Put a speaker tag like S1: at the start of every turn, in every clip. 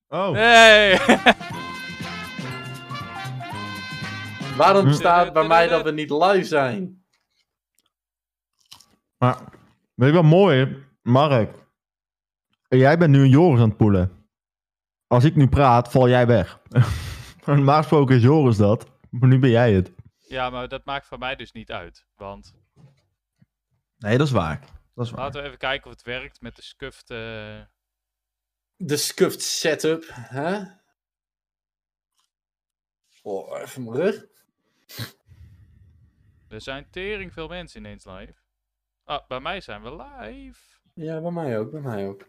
S1: Oh.
S2: Nee!
S3: Waarom staat bij mij dat we niet live zijn?
S1: Maar, weet je wat mooi is? Mark, jij bent nu een Joris aan het poelen. Als ik nu praat, val jij weg. Normaal gesproken is Joris dat, maar nu ben jij het.
S2: Ja, maar dat maakt voor mij dus niet uit. Want
S1: Nee, dat is waar. Dat is waar.
S2: laten we even kijken of het werkt met de scuffed...
S3: De scuffed setup, hè? Oh, even mijn rug.
S2: Er zijn tering veel mensen ineens live. Ah, bij mij zijn we live.
S3: Ja, bij mij ook,
S1: Mhm.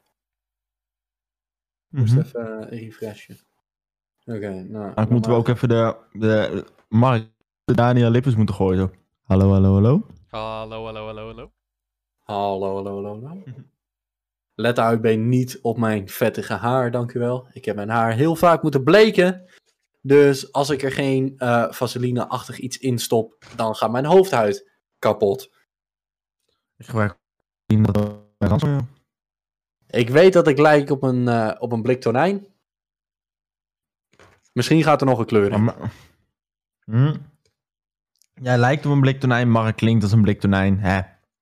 S3: Moest even refreshen. Oké, nou.
S1: Dan moeten we ook even de Mark, de Daniel Lippens moeten gooien. Zo. Hallo, hallo, hallo.
S2: Hallo, hallo, hallo, hallo.
S3: Hallo, hallo, hallo, hallo. Let AUB niet op mijn vettige haar, dankjewel. Ik heb mijn haar heel vaak moeten bleken. Dus als ik er geen vaseline-achtig iets in stop, dan gaat mijn hoofdhuid kapot.
S1: Ik gebruik dat.
S3: Ik weet dat ik lijk op een blik tonijn. Misschien gaat er nog een kleur in.
S1: Jij lijkt op een blik tonijn, Mark klinkt als een blik tonijn. Hè?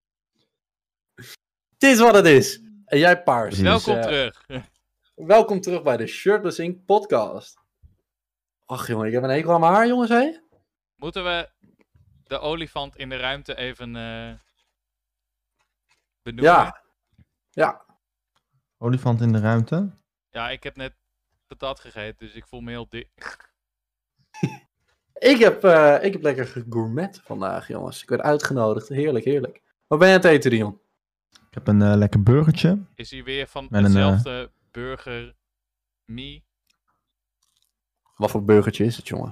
S3: Het is wat het is. En jij paars.
S1: Precies.
S2: Welkom terug.
S3: Welkom terug bij de Shirtless Ink podcast. Ach jongen, ik heb een hekel aan mijn haar, jongens, hé.
S2: Moeten we de olifant in de ruimte even benoemen?
S3: Ja. Ja.
S1: Olifant in de ruimte.
S2: Ja, ik heb net patat gegeten, dus ik voel me heel dik.
S3: Ik heb lekker gegourmet vandaag, jongens. Ik werd uitgenodigd. Heerlijk, heerlijk. Wat ben je aan het eten, Dion?
S1: Ik heb een lekker burgertje.
S2: Is hij weer van
S1: Met een,
S2: dezelfde burger me?
S3: Wat voor burgertje is het, jongen?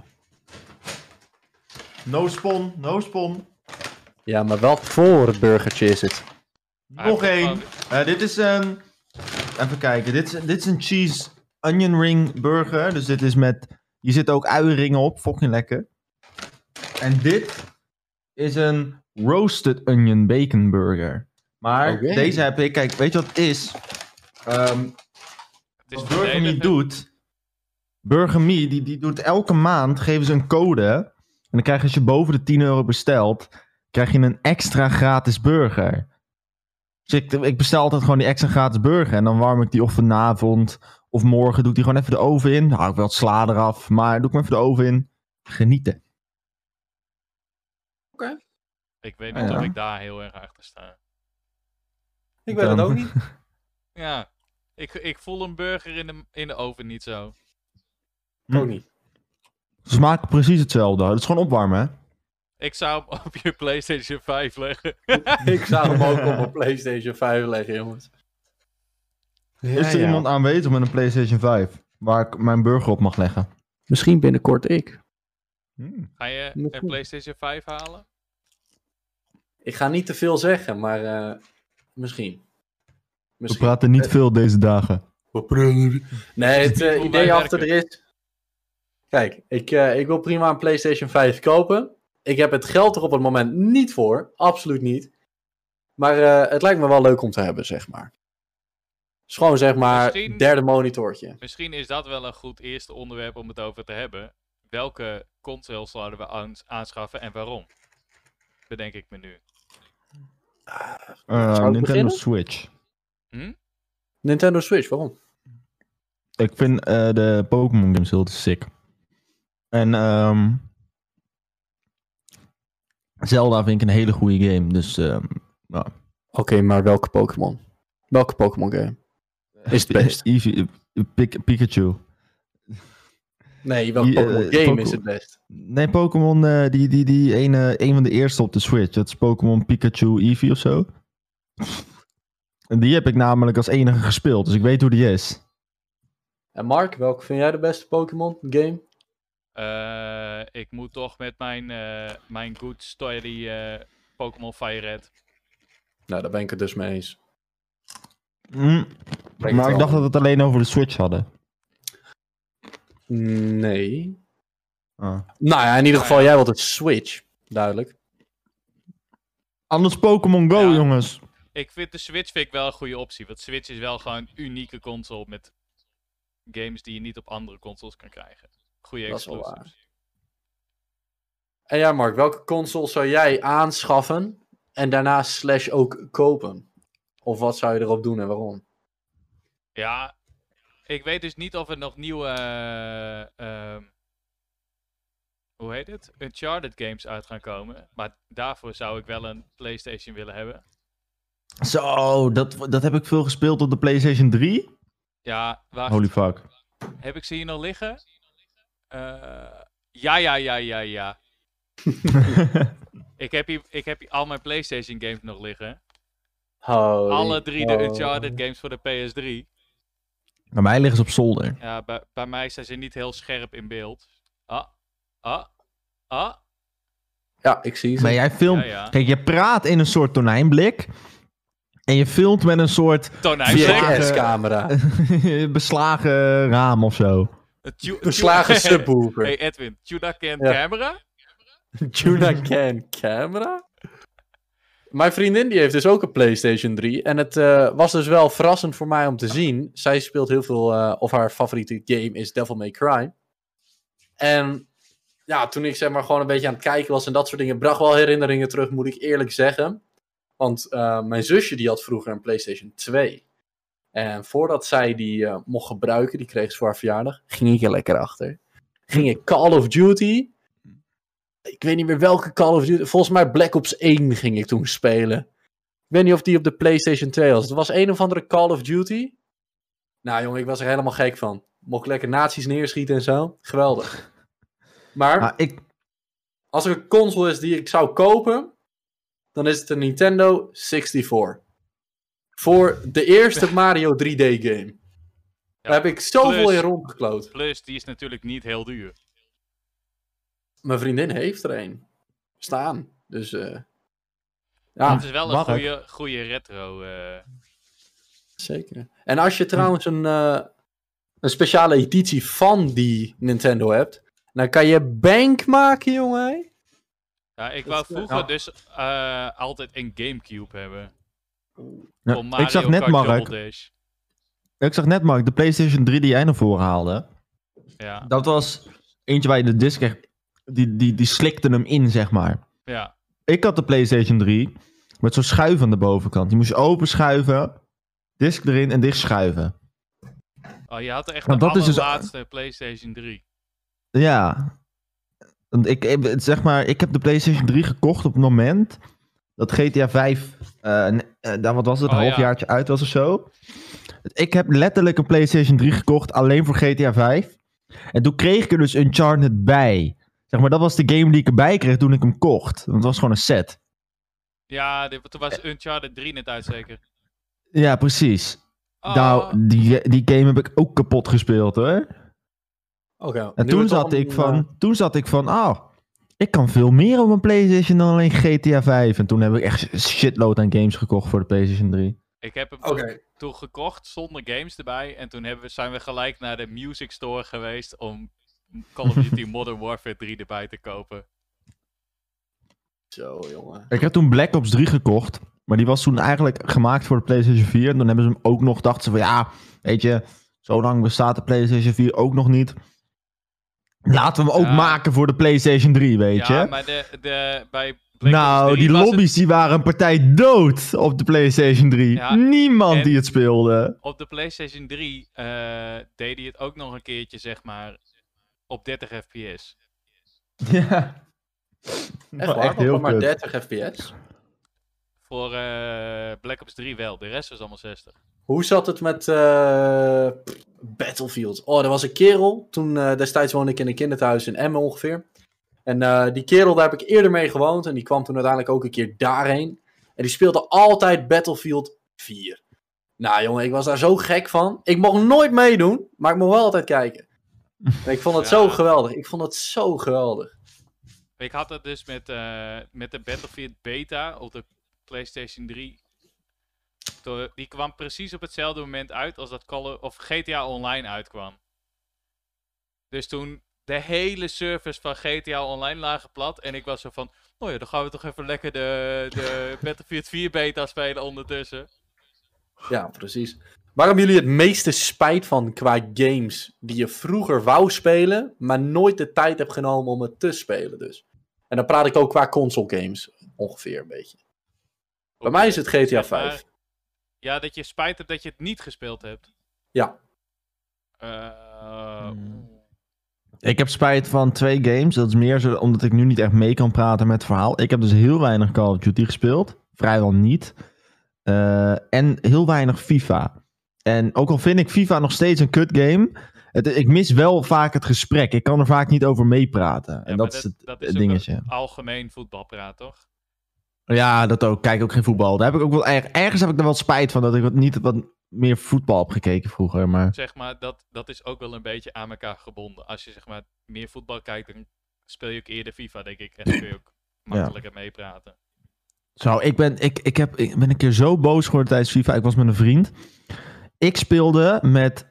S1: No spon, no spon.
S3: Ja, maar wat voor burgertje is het?
S1: Nog één. Dit is een... Even kijken. Dit is een cheese onion ring burger. Dus dit is met... Hier zitten ook uienringen op. Fucking lekker. En dit is een roasted onion bacon burger. Maar
S3: Oké.
S1: deze heb ik... Kijk, weet je wat het is?
S2: Het is
S1: Wat Burger Me
S2: verdedigend.
S1: doet... Burger Me, die doet elke maand... Geven ze een code. En dan krijg je, als je boven de €10 bestelt... Krijg je een extra gratis burger. Dus ik bestel altijd gewoon die extra gratis burger. En dan warm ik die of vanavond of morgen. Doe ik die gewoon even de oven in. Hou ik wel het sla eraf. Maar doe ik hem even de oven in. Genieten.
S2: Ik weet niet
S1: Ja.
S2: of ik daar heel erg achter sta.
S3: Ik weet het ook niet.
S2: Ja, ik voel een burger in de oven niet zo.
S3: Ook niet.
S1: Ze smaken precies hetzelfde. Het is gewoon opwarmen, hè?
S2: Ik zou hem op je PlayStation 5 leggen.
S3: Ik zou hem ook op mijn PlayStation 5 leggen, jongens.
S1: Is er iemand aanwezig met een PlayStation 5? Waar ik mijn burger op mag leggen?
S3: Misschien binnenkort ik.
S2: Ga je een PlayStation 5 halen?
S3: Ik ga niet te veel zeggen, maar misschien.
S1: We praten niet veel deze dagen.
S3: Nee, het
S2: Hoe
S3: idee
S2: wij
S3: achter er is... Kijk, ik wil prima een PlayStation 5 kopen. Ik heb het geld er op het moment niet voor. Absoluut niet. Maar het lijkt me wel leuk om te hebben, zeg maar. Het is gewoon, zeg maar,
S2: Misschien-
S3: derde monitortje.
S2: Misschien is dat wel een goed eerste onderwerp om het over te hebben. Welke consoles zouden we aanschaffen en waarom? Bedenk ik me nu.
S1: Nintendo
S3: beginnen?
S1: Switch.
S3: Nintendo Switch, waarom?
S1: Ik vind de Pokémon games heel sick. En Zelda vind ik een hele goede game. Dus ja.
S3: Oké, maar welke Pokémon? Welke Pokémon game? Is het best?
S1: Eevee, Pikachu.
S3: Nee, welke Pokémon game is het best?
S1: Nee, Pokémon, die een van de eerste op de Switch. Dat is Pokémon Pikachu Eevee of zo. En die heb ik namelijk als enige gespeeld, dus ik weet hoe die is.
S3: En Mark, welke vind jij de beste Pokémon game?
S2: Ik moet toch met mijn good story Pokémon Fire Red.
S3: Nou, daar ben ik het dus mee eens.
S1: Maar ik dacht dat we het alleen over de Switch hadden.
S3: Nee.
S1: Ah.
S3: Nou ja, in ieder geval, jij wilt het Switch. Duidelijk.
S1: Anders Pokémon Go,
S2: Ja.
S1: jongens.
S2: Ik vind de Switch wel een goede optie. Want Switch is wel gewoon een unieke console met games die je niet op andere consoles kan krijgen. Goeie
S3: Dat is wel
S2: exclusives.
S3: En ja, Mark, welke console zou jij aanschaffen en daarna / ook kopen? Of wat zou je erop doen en waarom?
S2: Ja, ik weet dus niet of er nog nieuwe... hoe heet het? Uncharted games uit gaan komen. Maar daarvoor zou ik wel een PlayStation willen hebben.
S1: Zo, dat heb ik veel gespeeld op de PlayStation 3.
S2: Ja, wacht.
S1: Holy fuck.
S2: Heb ik ze hier nog liggen? Ja. Ik heb hier al mijn PlayStation games nog liggen.
S3: Holy
S2: Alle 3 de
S3: cow.
S2: Uncharted games voor de PS3.
S1: Bij mij liggen ze op zolder.
S2: Ja, bij mij zijn ze niet heel scherp in beeld.
S3: Ja, ik zie ze.
S1: Maar jij filmt...
S2: Ja.
S1: Kijk, je praat in een soort tonijnblik. En je filmt met een soort
S2: Tonijnblik.
S3: VHS-camera.
S1: beslagen raam of zo.
S3: Beslagen subwoofer.
S2: Hey Edwin, Tuna Can
S3: Ja.
S2: Camera?
S3: Tuna Can Camera? Mijn vriendin die heeft dus ook een PlayStation 3. En het was dus wel verrassend voor mij om te zien. Zij speelt heel veel, of haar favoriete game is Devil May Cry. En ja, toen ik zeg maar gewoon een beetje aan het kijken was en dat soort dingen, bracht wel herinneringen terug, moet ik eerlijk zeggen. Want mijn zusje die had vroeger een PlayStation 2. En voordat zij die mocht gebruiken, die kreeg ze voor haar verjaardag, ging ik er lekker achter. Ging ik Call of Duty. Ik weet niet meer welke Call of Duty. Volgens mij Black Ops 1 ging ik toen spelen. Ik weet niet of die op de PlayStation 2 was. Het was een of andere Call of Duty. Nou jongen, ik was er helemaal gek van. Mocht ik lekker nazi's neerschieten en zo. Geweldig. Maar als er een console is die ik zou kopen, dan is het een Nintendo 64. Voor de eerste Mario 3D game. Daar heb ik zoveel in rondgekloot.
S2: Plus, die is natuurlijk niet heel duur.
S3: Mijn vriendin heeft er een staan. Dus ja,
S2: Het is wel een goede retro.
S3: zeker. En als je trouwens een speciale editie van die Nintendo hebt, dan kan je bank maken, jongen.
S2: Ja, ik wou vroeger dus altijd een Gamecube hebben.
S1: Ja,
S2: Voor Mario
S1: ik zag net,
S2: Kart
S1: Mark,
S2: Double Dash.
S1: de PlayStation 3 die jij naar voren haalde.
S2: Ja.
S1: Dat was eentje waar je de disc echt... Die slikte hem in, zeg maar.
S2: Ja.
S1: Ik had de PlayStation 3 met zo'n schuif aan de bovenkant. Die moest je openschuiven, disc erin en dicht schuiven.
S2: Oh, je had er echt
S1: Want
S2: de
S1: dat is dus-
S2: allerlaatste PlayStation 3.
S1: Ja. Want ik heb de PlayStation 3 gekocht op het moment dat GTA 5, wat was het, een halfjaartje uit was of zo. Ik heb letterlijk een PlayStation 3 gekocht alleen voor GTA 5. En toen kreeg ik er dus Uncharted bij. Zeg maar, dat was de game die ik erbij kreeg toen ik hem kocht. Want het was gewoon een set.
S2: Ja, toen was Uncharted 3 net uit zeker.
S1: Ja, precies.
S2: Oh.
S1: Nou, die game heb ik ook kapot gespeeld, hoor.
S3: Oké.
S1: En toen zat ik van, ik kan veel meer op een PlayStation dan alleen GTA 5. En toen heb ik echt een shitload aan games gekocht voor de PlayStation 3.
S2: Ik heb hem toen gekocht zonder games erbij. En toen zijn we gelijk naar de Music Store geweest om Call of Duty Modern Warfare 3 erbij te kopen.
S3: Zo, jongen.
S1: Ik heb toen Black Ops 3 gekocht. Maar die was toen eigenlijk gemaakt voor de PlayStation 4. En toen hebben ze hem ook nog, dachten ze van ja, weet je, zo lang bestaat de PlayStation 4 ook nog niet. Laten we hem ook maken voor de PlayStation 3, weet je.
S2: Ja, maar bij Black Ops 3
S1: die lobby's die waren een partij dood op de PlayStation 3.
S2: Ja,
S1: Niemand die het speelde.
S2: Op de PlayStation 3 deed hij het ook nog een keertje, zeg maar, op 30 fps.
S3: Echt
S1: Ja.
S3: waar?
S1: Echt heel
S3: maar
S1: kut.
S3: 30 fps?
S2: Voor Black Ops 3 wel, de rest was allemaal 60.
S3: Hoe zat het met Battlefield? Oh, er was een kerel. Toen destijds woonde ik in een kinderthuis in Emmen ongeveer. En die kerel, daar heb ik eerder mee gewoond. En die kwam toen uiteindelijk ook een keer daarheen. En die speelde altijd Battlefield 4. Nou jongen, ik was daar zo gek van. Ik mocht nooit meedoen, maar ik mocht wel altijd kijken. En ik vond het zo geweldig. Ik vond het zo geweldig.
S2: Ik had het dus met de Battlefield Beta op de PlayStation 3. Die kwam precies op hetzelfde moment uit als dat GTA Online uitkwam. Dus toen de hele servers van GTA Online lagen plat. En ik was zo van, oh ja, dan gaan we toch even lekker de Battlefield 4 beta spelen ondertussen.
S3: Ja, precies. Waar hebben jullie het meeste spijt van qua games die je vroeger wou spelen, maar nooit de tijd hebt genomen om het te spelen dus? En dan praat ik ook qua console games, ongeveer een beetje. Bij mij is het GTA
S2: Zeg maar,
S3: 5.
S2: Ja, dat je spijt hebt dat je het niet gespeeld hebt.
S3: Ja.
S1: Ik heb spijt van 2 games. Dat is meer zo omdat ik nu niet echt mee kan praten met het verhaal. Ik heb dus heel weinig Call of Duty gespeeld. Vrijwel niet. En heel weinig FIFA. En ook al vind ik FIFA nog steeds een kut game, ik mis wel vaak het gesprek. Ik kan er vaak niet over meepraten.
S2: Ja,
S1: En dat is
S2: dat
S1: het
S2: is
S1: dingetje.
S2: ook algemeen voetbalpraat, toch?
S1: Ja, dat ook. Kijk ook geen voetbal. Daar heb ik ook wel ergens heb ik er wel spijt van dat ik niet wat meer voetbal heb gekeken vroeger. Maar
S2: Zeg maar, dat is ook wel een beetje aan elkaar gebonden. Als je zeg maar meer voetbal kijkt, dan speel je ook eerder FIFA, denk ik. En dan kun je ook makkelijker meepraten.
S1: zo, ik ben een keer zo boos geworden tijdens FIFA. Ik was met een vriend. Ik speelde met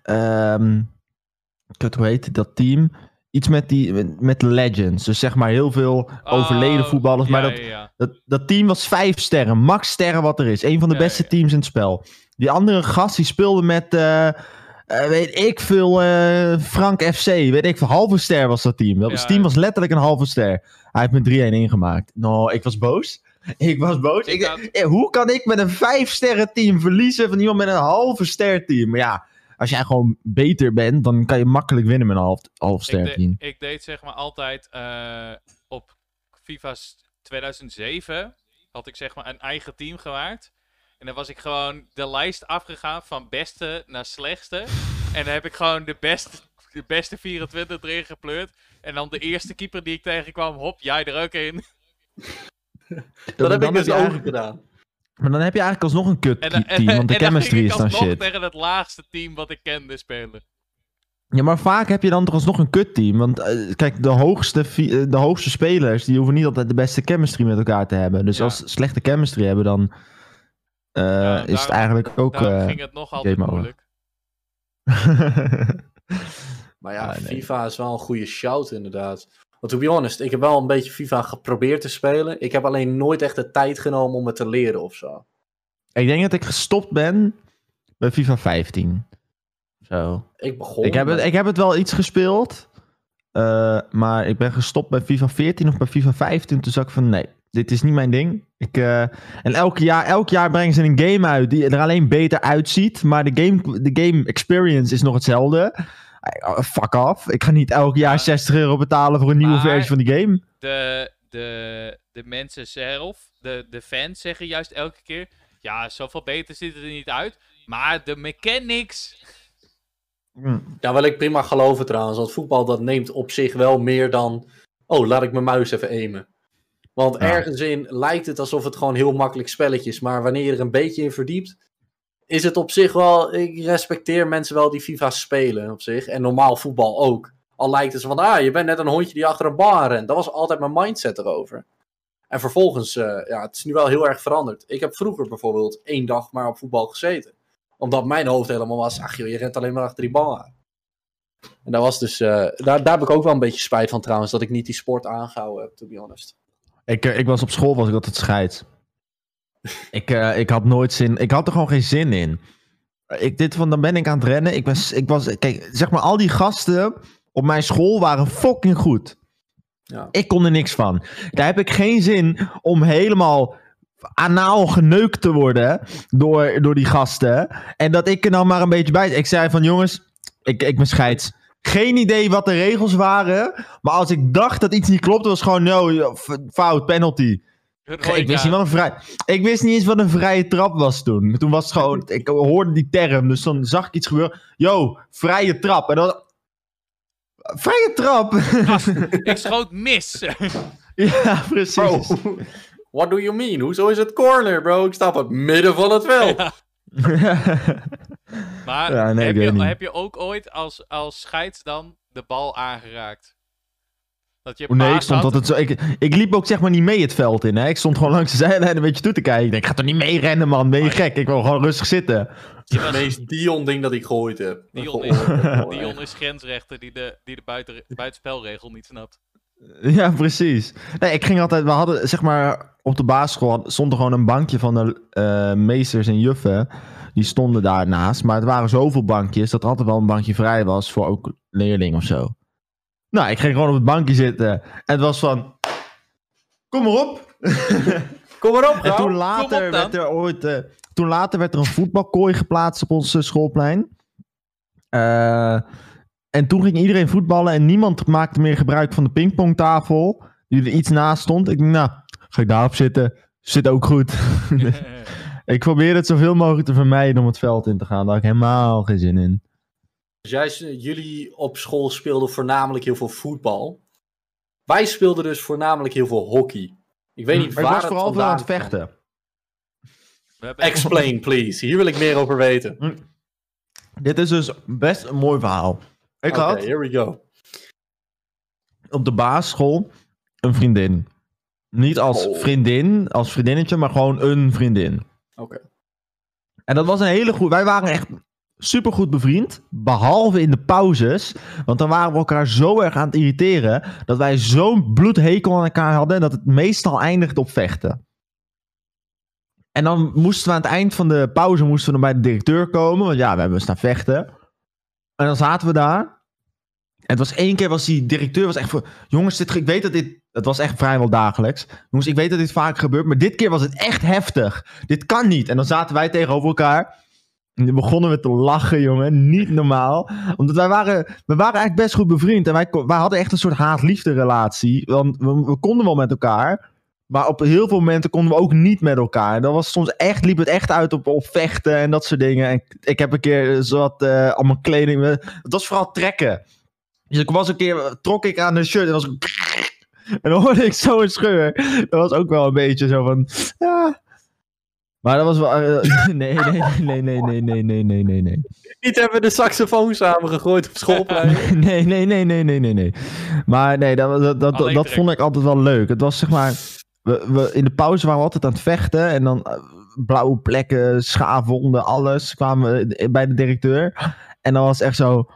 S1: hoe heet dat team? Iets met Legends. Dus zeg maar heel veel overleden voetballers.
S2: Ja,
S1: Maar dat team was 5 sterren. Max sterren wat er is. Een van de beste teams in het spel. Die andere gast die speelde met weet ik veel Frank FC. Weet ik veel. Halve ster was dat team. Dat team was letterlijk een halve ster. Hij heeft met 3-1 ingemaakt. Nou, ik was boos. Hoe kan ik met een 5 sterren team verliezen van iemand met een halve ster team? Maar ja, als jij gewoon beter bent, dan kan je makkelijk winnen met een half ster team.
S2: Ik deed zeg maar altijd op FIFA's 2007 had ik zeg maar een eigen team gemaakt. En dan was ik gewoon de lijst afgegaan van beste naar slechtste. En dan heb ik gewoon de beste 24 erin gepleurd. En dan de eerste keeper die ik tegenkwam, hop, jij er ook in.
S3: Dat heb ik dus ook gedaan.
S1: Maar dan heb je eigenlijk alsnog een kut team, want de chemistry is dan shit. En dan
S2: tegen het laagste team wat ik kende spelen.
S1: Ja, maar vaak heb je dan toch alsnog een kut team. Want kijk, de hoogste spelers, die hoeven niet altijd de beste chemistry met elkaar te hebben. Dus als ze slechte chemistry hebben, dan is het eigenlijk ook
S2: daarom ging het nog altijd moeilijk.
S3: Maar ja, FIFA is wel een goede shout inderdaad. Want to be honest, ik heb wel een beetje FIFA geprobeerd te spelen. Ik heb alleen nooit echt de tijd genomen om het te leren of zo.
S1: Ik denk dat ik gestopt ben bij FIFA 15. Zo. Ik heb het wel iets gespeeld. Maar ik ben gestopt bij FIFA 14 of bij FIFA 15. Toen zag ik van nee, dit is niet mijn ding. En elk jaar brengen ze een game uit die er alleen beter uitziet. Maar de game experience is nog hetzelfde. Fuck off. Ik ga niet elk jaar €60 betalen voor een nieuwe versie van die game.
S2: De mensen zelf, de fans zeggen juist elke keer... Ja, zoveel beter ziet het er niet uit. Maar de mechanics...
S3: Ja, wel ik prima geloven trouwens. Want voetbal dat neemt op zich wel meer dan... Oh, laat ik mijn muis even aimen. Want ergens in lijkt het alsof het gewoon heel makkelijk spelletje is. Maar wanneer je er een beetje in verdiept... is het op zich wel... Ik respecteer mensen wel die FIFA spelen op zich. En normaal voetbal ook. Al lijkt het van... je bent net een hondje die achter een bal rent. Dat was altijd mijn mindset erover. En vervolgens... het is nu wel heel erg veranderd. Ik heb vroeger bijvoorbeeld 1 dag maar op voetbal gezeten. Omdat mijn hoofd helemaal was... Ach joh, je rent alleen maar achter die bal aan. En dat was dus... daar heb ik ook wel een beetje spijt van trouwens. Dat ik niet die sport aangehouden heb, to be honest. Ik was
S1: op school, was ik altijd scheids. Ik had nooit zin... Ik had er gewoon geen zin in. Dan ben ik aan het rennen. Kijk, zeg maar, al die gasten op mijn school waren fucking goed. Ja. Ik kon er niks van. Daar heb ik geen zin om helemaal anaal geneukt te worden door die gasten. En dat ik er dan maar een beetje bij... Ik zei van, jongens, ik ben scheids. Geen idee wat de regels waren. Maar als ik dacht dat iets niet klopte, was gewoon, no, fout, penalty. Ik wist niet eens wat een vrije trap was toen. Toen was het gewoon... Ik hoorde die term, dus dan zag ik iets gebeuren. Yo, vrije trap. En dan... Vrije trap?
S2: Ik schoot mis.
S1: Ja, precies.
S3: Bro, what do you mean? Hoezo is het corner, bro? Ik sta op het midden van het veld.
S2: Ja. Maar heb je ook ooit als scheids dan de bal aangeraakt? Dat je
S1: ik stond altijd zo. Ik liep ook zeg maar niet mee het veld in. Hè? Ik stond gewoon langs de zijlijn een beetje toe te kijken. Ik denk, ik ga toch niet mee rennen, man. Ben je gek? Ik wil gewoon rustig zitten.
S3: Het is het meest Dion-ding dat ik gegooid heb.
S2: Dion is grensrechter die de buitenspelregel niet snapt.
S1: Ja, precies. Nee, ik ging altijd... We hadden, zeg maar, op de basisschool stond er gewoon een bankje van de meesters en juffen. Die stonden daarnaast. Maar het waren zoveel bankjes dat er altijd wel een bankje vrij was voor ook leerlingen of zo. Nou, ik ging gewoon op het bankje zitten. En het was van... Kom maar op!
S3: Kom maar op,
S1: En
S3: gauw.
S1: toen later werd er ooit... toen later werd er een voetbalkooi geplaatst op ons schoolplein. En toen ging iedereen voetballen en niemand maakte meer gebruik van de pingpongtafel. Die er iets naast stond. Ik dacht, nou, ga ik daarop zitten. Zit ook goed. Ik probeer het zoveel mogelijk te vermijden om het veld in te gaan. Daar had ik helemaal geen zin in.
S3: Dus jullie op school speelden voornamelijk heel veel voetbal. Wij speelden dus voornamelijk heel veel hockey. Ik weet niet
S1: Maar
S3: waar
S1: ik was
S3: het
S1: vooral veel aan
S3: vandaan
S1: het
S3: kwam.
S1: vechten.
S2: We hebben
S3: Explain, please. Hier wil ik meer over weten.
S1: Dit is dus best een mooi verhaal. Ik
S3: Oké,
S1: had
S3: here we go.
S1: op de basisschool een vriendin. Niet als vriendin, als vriendinnetje, maar gewoon een vriendin.
S3: Oké.
S1: En dat was een hele goede... Wij waren echt supergoed bevriend. Behalve in de pauzes. Want dan waren we elkaar zo erg aan het irriteren. Dat wij zo'n bloedhekel aan elkaar hadden. Dat het meestal eindigde op vechten. En dan moesten we aan het eind van de pauze dan bij de directeur komen. Want ja, we hebben staan vechten. En dan zaten we daar. En het was één keer, die directeur was echt voor... Jongens, ik weet dat dit... Het was echt vrijwel dagelijks. Jongens, ik weet dat dit vaak gebeurt. Maar dit keer was het echt heftig. Dit kan niet. En dan zaten wij tegenover elkaar. En dan begonnen we te lachen, jongen. Niet normaal. Omdat we waren eigenlijk best goed bevriend. En wij hadden echt een soort haat-liefde relatie. Want we konden wel met elkaar. Maar op heel veel momenten konden we ook niet met elkaar. Dat was soms echt, liep het echt uit op vechten en dat soort dingen. En ik heb een keer allemaal kleding. Het was vooral trekken. Dus ik was een keer, trok ik aan de shirt en was en dan hoorde ik zo een scheur. Dat was ook wel een beetje zo van, ja. Maar dat was wel, nee.
S3: Niet hebben de saxofoon samengegooid op schoolplein.
S1: Nee. Maar nee, dat vond ik altijd wel leuk. Het was zeg maar, we in de pauze waren we altijd aan het vechten. En dan blauwe plekken, schaafwonden, alles kwamen we bij de directeur. En dan was het echt zo...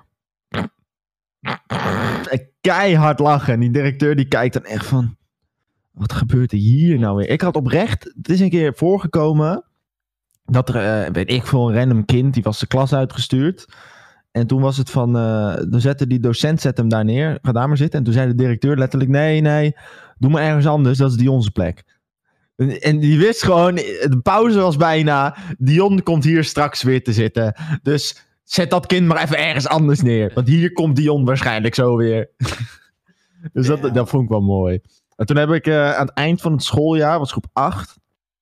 S1: keihard lachen. En die directeur die kijkt dan echt van... Wat gebeurt er hier nou weer? Ik had oprecht... Het is een keer voorgekomen... Dat er, weet ik veel, een random kind... Die was de klas uitgestuurd. En toen was het van... Dan zette die docent hem daar neer. Ga daar maar zitten. En toen zei de directeur letterlijk... Nee, doe maar ergens anders. Dat is Dion's plek. En die wist gewoon... De pauze was bijna... Dion komt hier straks weer te zitten. Dus... Zet dat kind maar even ergens anders neer. Want hier komt Dion waarschijnlijk zo weer. Dus dat vond ik wel mooi. En toen heb ik aan het eind van het schooljaar, was groep 8.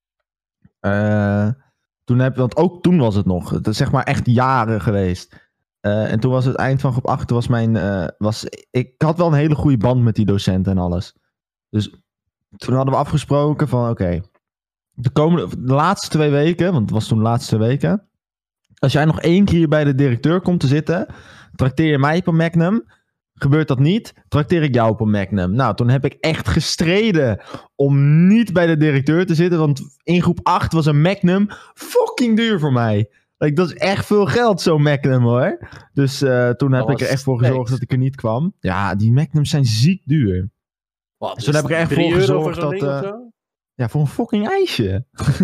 S1: Want ook toen was het nog. Het is zeg maar echt jaren geweest. En toen was het eind van groep 8. Ik had wel een hele goede band met die docent en alles. Dus toen hadden we afgesproken van oké. De laatste 2 weken, want het was toen de laatste 2 weken. Als jij nog 1 keer bij de directeur komt te zitten, trakteer je mij op een Magnum. Gebeurt dat niet, trakteer ik jou op een Magnum. Nou, toen heb ik echt gestreden om niet bij de directeur te zitten, want in groep 8 was een Magnum fucking duur voor mij. Dat is echt veel geld, zo'n Magnum hoor. Dus toen heb ik er echt voor gezorgd dat ik er niet kwam. Ja, die Magnums zijn ziek duur.
S3: Wat,
S1: Dus toen heb ik er echt voor gezorgd dat...
S3: ja,
S1: voor een fucking ijsje.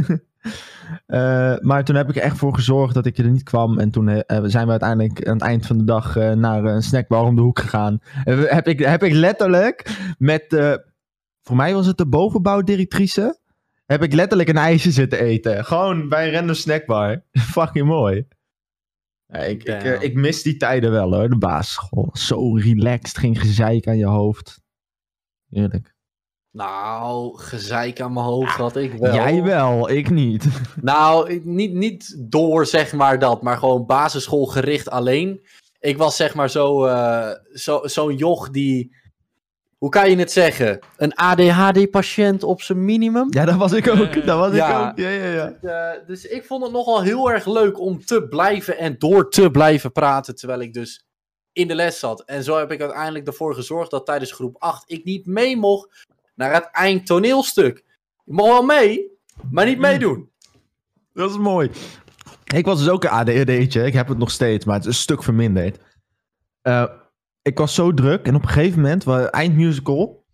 S1: Maar toen heb ik er echt voor gezorgd dat ik er niet kwam. En toen zijn we uiteindelijk aan het eind van de dag naar een snackbar om de hoek gegaan. Heb ik letterlijk met... voor mij was het de bovenbouwdirectrice. Heb ik letterlijk een ijsje zitten eten. Gewoon bij een random snackbar. Fucking mooi. Ja, ik mis die tijden wel hoor, de basisschool. Zo relaxed, geen gezeik aan je hoofd. Heerlijk.
S3: Nou, gezeik aan mijn hoofd had ik wel.
S1: Jij wel, ik niet.
S3: Nou, niet door zeg maar dat, maar gewoon basisschoolgericht alleen. Ik was zeg maar zo'n joch die... Hoe kan je het zeggen? Een ADHD-patiënt op zijn minimum?
S1: Ja, dat was ik ook. Ja.
S3: Dus ik vond het nogal heel erg leuk om te blijven en door te blijven praten, terwijl ik dus in de les zat. En zo heb ik uiteindelijk ervoor gezorgd dat tijdens groep 8 ik niet mee mocht naar het eindtoneelstuk. Ik mocht wel mee, maar niet meedoen.
S1: Dat is mooi. Ik was dus ook een ADHD'tje. Ik heb het nog steeds, maar het is een stuk verminderd. Ik was zo druk en op een gegeven moment, eindmusical,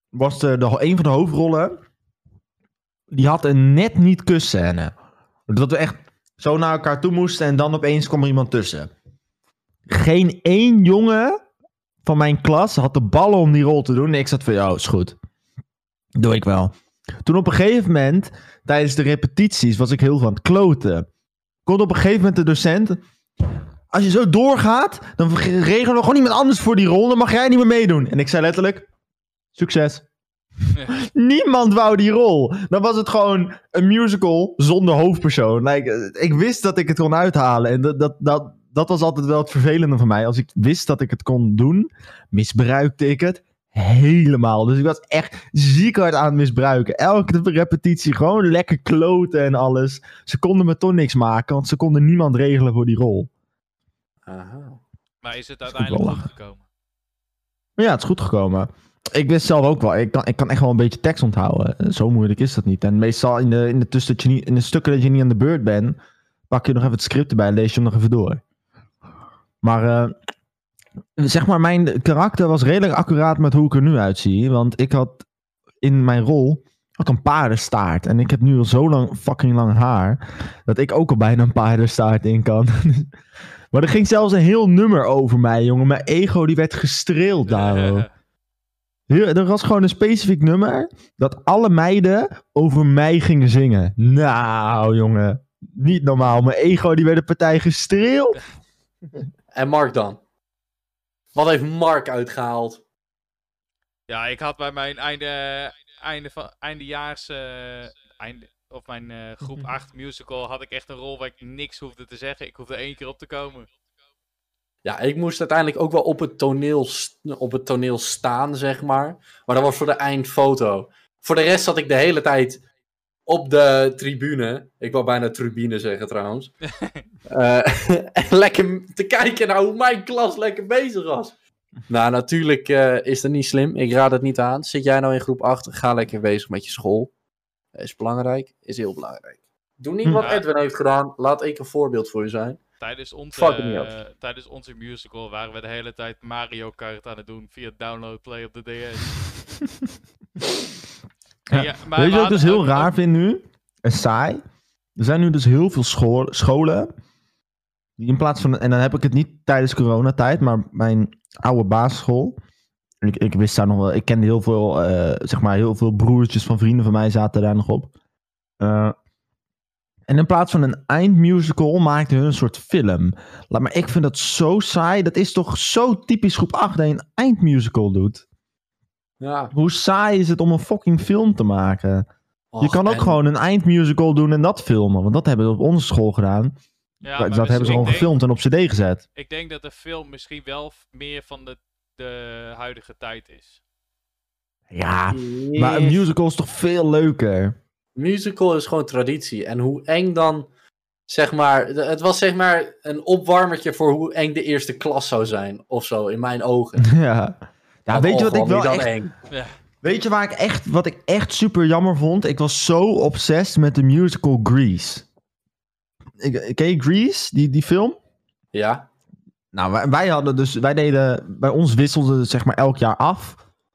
S1: was een van de hoofdrollen. Die had een net niet kusscène. Dat we echt zo naar elkaar toe moesten en dan opeens kwam er iemand tussen. Geen één jongen van mijn klas had de ballen om die rol te doen. En ik zat van, ja, is goed. Doe ik wel. Toen op een gegeven moment, tijdens de repetities, was ik heel van het kloten. Komt op een gegeven moment de docent. Als je zo doorgaat, dan regelen we gewoon iemand anders voor die rol. Dan mag jij niet meer meedoen. En ik zei letterlijk, succes. Niemand wou die rol. Dan was het gewoon een musical zonder hoofdpersoon. Ik wist dat ik het kon uithalen. En dat was altijd wel het vervelende van mij. Als ik wist dat ik het kon doen, misbruikte ik het helemaal. Dus ik was echt ziek hard aan het misbruiken. Elke repetitie gewoon lekker kloten en alles. Ze konden me toch niks maken, want ze konden niemand regelen voor die rol.
S3: Aha.
S2: Maar is het uiteindelijk goed gekomen?
S1: Maar ja, het is goed gekomen. Ik wist zelf ook wel, ik kan echt wel een beetje tekst onthouden. Zo moeilijk is dat niet. En meestal in de stukken dat je niet aan de beurt bent, pak je nog even het script erbij en lees je hem nog even door. Maar zeg maar, mijn karakter was redelijk accuraat met hoe ik er nu uitzie. Want ik had in mijn rol een paardenstaart. En ik heb nu al zo fucking lang haar, dat ik ook al bijna een paardenstaart in kan. Maar er ging zelfs een heel nummer over mij, jongen. Mijn ego die werd gestreeld daar. Er was gewoon een specifiek nummer dat alle meiden over mij gingen zingen. Nou, jongen. Niet normaal. Mijn ego die werd de partij gestreeld.
S3: En Mark dan? Wat heeft Mark uitgehaald?
S2: Ja, ik had bij mijn mijn groep 8 musical had ik echt een rol waar ik niks hoefde te zeggen. Ik hoefde 1 keer op te komen.
S3: Ja, ik moest uiteindelijk ook wel op het toneel staan, zeg maar. Maar dat was voor de eindfoto. Voor de rest zat ik de hele tijd op de tribune. Ik wou bijna tribune zeggen trouwens. Lekker te kijken naar hoe mijn klas lekker bezig was. Nou, natuurlijk is dat niet slim. Ik raad het niet aan. Zit jij nou in groep 8, ga lekker bezig met je school. Is belangrijk, is heel belangrijk. Doe niet wat Edwin heeft gedaan. Laat ik een voorbeeld voor je zijn.
S2: Tijdens onze musical waren we de hele tijd Mario Kart aan het doen via Download Play op de DS.
S1: Weet je wat ik dus heel raar vind nu? En saai. Er zijn nu dus heel veel scholen die in plaats van... En dan heb ik het niet tijdens coronatijd, maar mijn oude basisschool. Ik wist daar nog wel... Ik kende heel veel, heel veel broertjes van vrienden van mij zaten daar nog op. En in plaats van een eindmusical maakten hun een soort film. Maar ik vind dat zo saai. Dat is toch zo typisch groep 8 dat je een eindmusical doet.
S3: Ja.
S1: Hoe saai is het om een fucking film te maken? Je kan ook gewoon een eindmusical doen en dat filmen. Want dat hebben we op onze school gedaan.
S2: Ja,
S1: dat hebben ze gewoon gefilmd en op cd gezet.
S2: Ik denk dat de film misschien wel meer van de huidige tijd is.
S1: Ja, maar een musical is toch veel leuker?
S3: Musical is gewoon traditie. En hoe eng dan, zeg maar... Het was zeg maar een opwarmertje voor hoe eng de eerste klas zou zijn. Of zo, in mijn ogen.
S1: Ja, weet je wat ik wel echt...
S3: Eng.
S2: Ja.
S1: Weet je wat ik echt super jammer vond? Ik was zo obsessed met de musical Grease. Ken je Grease, die film?
S3: Ja.
S1: Nou, bij ons wisselde zeg maar elk jaar af.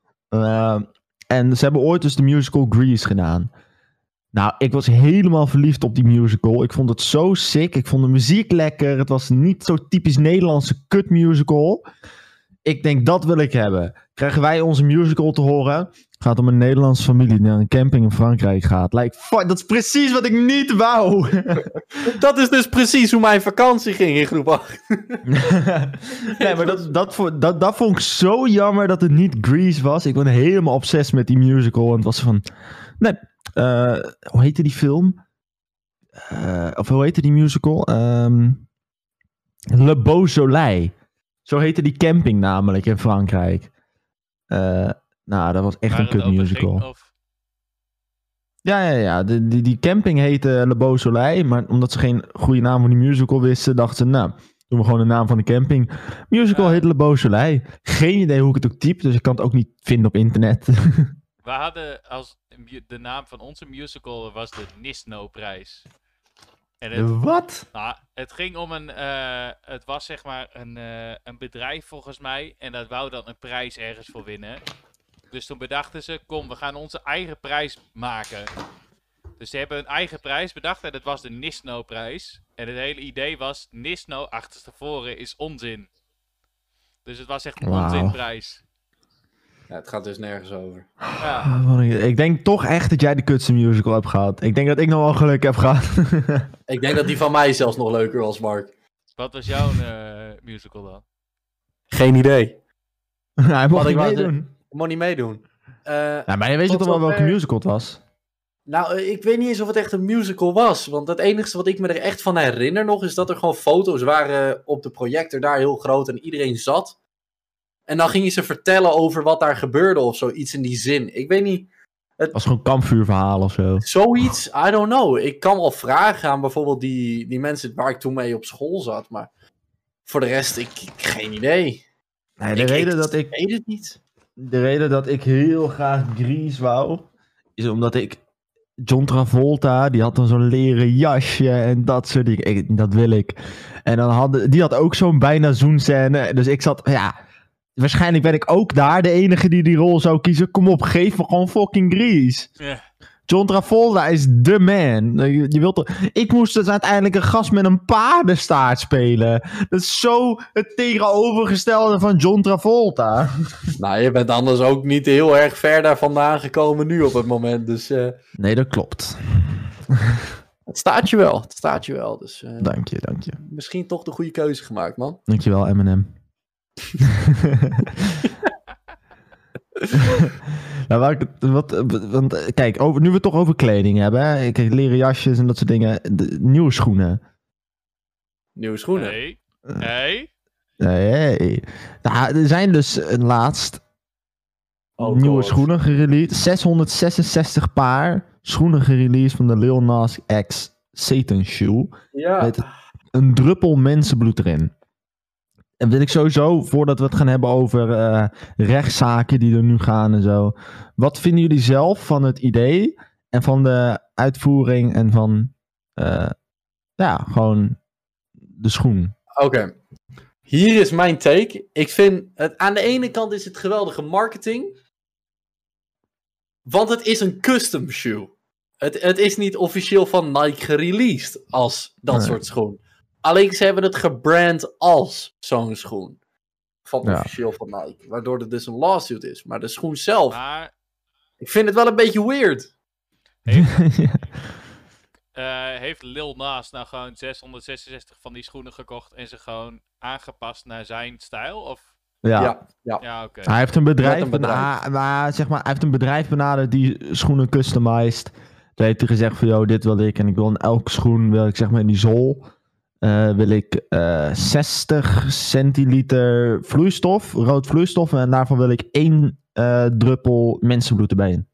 S1: En ze hebben ooit dus de musical Grease gedaan. Nou, ik was helemaal verliefd op die musical. Ik vond het zo sick. Ik vond de muziek lekker. Het was niet zo typisch Nederlandse kut musical. Ik denk, dat wil ik hebben. Krijgen wij onze musical te horen? Gaat om een Nederlandse familie die naar een camping in Frankrijk gaat. Dat is precies wat ik niet wou.
S3: Dat is dus precies hoe mijn vakantie ging in groep 8.
S1: Nee, maar dat vond ik zo jammer dat het niet Grease was. Ik ben helemaal obsessief met die musical. En het was van... Nee, hoe heette die film? Of hoe heette die musical? Le Beau Soleil. Zo heette die camping namelijk in Frankrijk. Nou, dat was echt een kut musical. Ja. Die camping heette Le Beau Soleil. Maar omdat ze geen goede naam voor die musical wisten, dachten ze, nou, doen we gewoon de naam van de camping. Musical heet Le Beau Soleil. Geen idee hoe ik het ook type, dus ik kan het ook niet vinden op internet.
S2: We hadden de naam van onze musical was de Nisno-prijs.
S1: Wat?
S2: Nou, het ging om het was zeg maar een bedrijf volgens mij. En dat wou dan een prijs ergens voor winnen. Dus toen bedachten ze, kom, we gaan onze eigen prijs maken. Dus ze hebben een eigen prijs bedacht en dat was de Nisno-prijs. En het hele idee was, Nisno achterstevoren is onzin. Dus het was echt een onzinprijs.
S3: Ja, het gaat dus nergens over.
S2: Ja.
S1: Ik denk toch echt dat jij de kutste musical hebt gehad. Ik denk dat ik nog wel geluk heb gehad.
S3: Ik denk dat die van mij zelfs nog leuker was, Mark.
S2: Wat was jouw musical dan?
S3: Geen idee.
S1: Hij mocht niet
S3: ik wou
S1: meedoen.
S3: Ik moet niet meedoen.
S1: Ja, maar je weet
S3: tot
S1: toch wel welke
S3: zover-
S1: musical het was?
S3: Nou, ik weet niet eens of het echt een musical was. Want het enige wat ik me er echt van herinner nog... is dat er gewoon foto's waren op de projector daar heel groot... en iedereen zat. En dan gingen ze vertellen over wat daar gebeurde of zo. Iets in die zin. Ik weet niet...
S1: Het was gewoon kampvuurverhaal of zo.
S3: Zoiets, I don't know. Ik kan wel vragen aan bijvoorbeeld die mensen waar ik toen mee op school zat. Maar voor de rest, ik geen idee.
S1: Nee,
S3: Ik weet het niet.
S1: De reden dat ik heel graag Grease wou... is omdat ik... John Travolta, die had dan zo'n leren jasje en dat soort dingen. Dat wil ik. En dan die had ook zo'n bijna zoenscène. Dus ik zat, ja... Waarschijnlijk ben ik ook daar de enige die rol zou kiezen. Kom op, geef me gewoon fucking Grease.
S2: Yeah.
S1: John Travolta is the man. Je wilt ik moest dus uiteindelijk een gast met een paardenstaart spelen. Dat is zo het tegenovergestelde van John Travolta.
S3: Nou, je bent anders ook niet heel erg ver daar vandaan gekomen nu op het moment. Dus
S1: Nee, dat klopt.
S3: het staat je wel. Het staat je wel. Dus
S1: Dank je.
S3: misschien toch de goede keuze gemaakt, man.
S1: Dankjewel, Eminem. Nou, want kijk, nu we het toch over kleding hebben. Hè? Kijk, leren jasjes en dat soort dingen. Nieuwe schoenen.
S3: Nieuwe schoenen.
S2: Nee.
S1: Nee. Nou, er zijn dus laatst nieuwe schoenen gereleased. 666 paar schoenen gereleased van de Lil Nas X Satan Shoe.
S3: Ja.
S1: Met een druppel mensenbloed erin. En wil ik sowieso, voordat we het gaan hebben over rechtszaken die er nu gaan en zo. Wat vinden jullie zelf van het idee en van de uitvoering en van, gewoon de schoen?
S3: Oké. Hier is mijn take. Ik vind het aan de ene kant is het geweldige marketing. Want het is een custom shoe. Het is niet officieel van Nike gereleased als dat soort schoen. Alleen ze hebben het gebrand als zo'n schoen. Officieel van Nike. Waardoor het dus een lawsuit is. Maar de schoen zelf.
S2: Maar
S3: Ik vind het wel een beetje weird.
S2: heeft Lil Nas nou gewoon 666 van die schoenen gekocht en ze gewoon aangepast naar zijn stijl? Of?
S3: Ja.
S2: Ja, oké.
S1: Hij heeft een bedrijf,
S3: Met een bedrijf.
S1: hij heeft een bedrijf benaderd die schoenen customized. Toen heeft hij gezegd van, yo, dit wil ik. En ik wil in elke schoen, wil ik zeg maar in die zool, wil ik 60 centiliter vloeistof, rood vloeistof. En daarvan wil ik 1 druppel mensenbloed erbij in.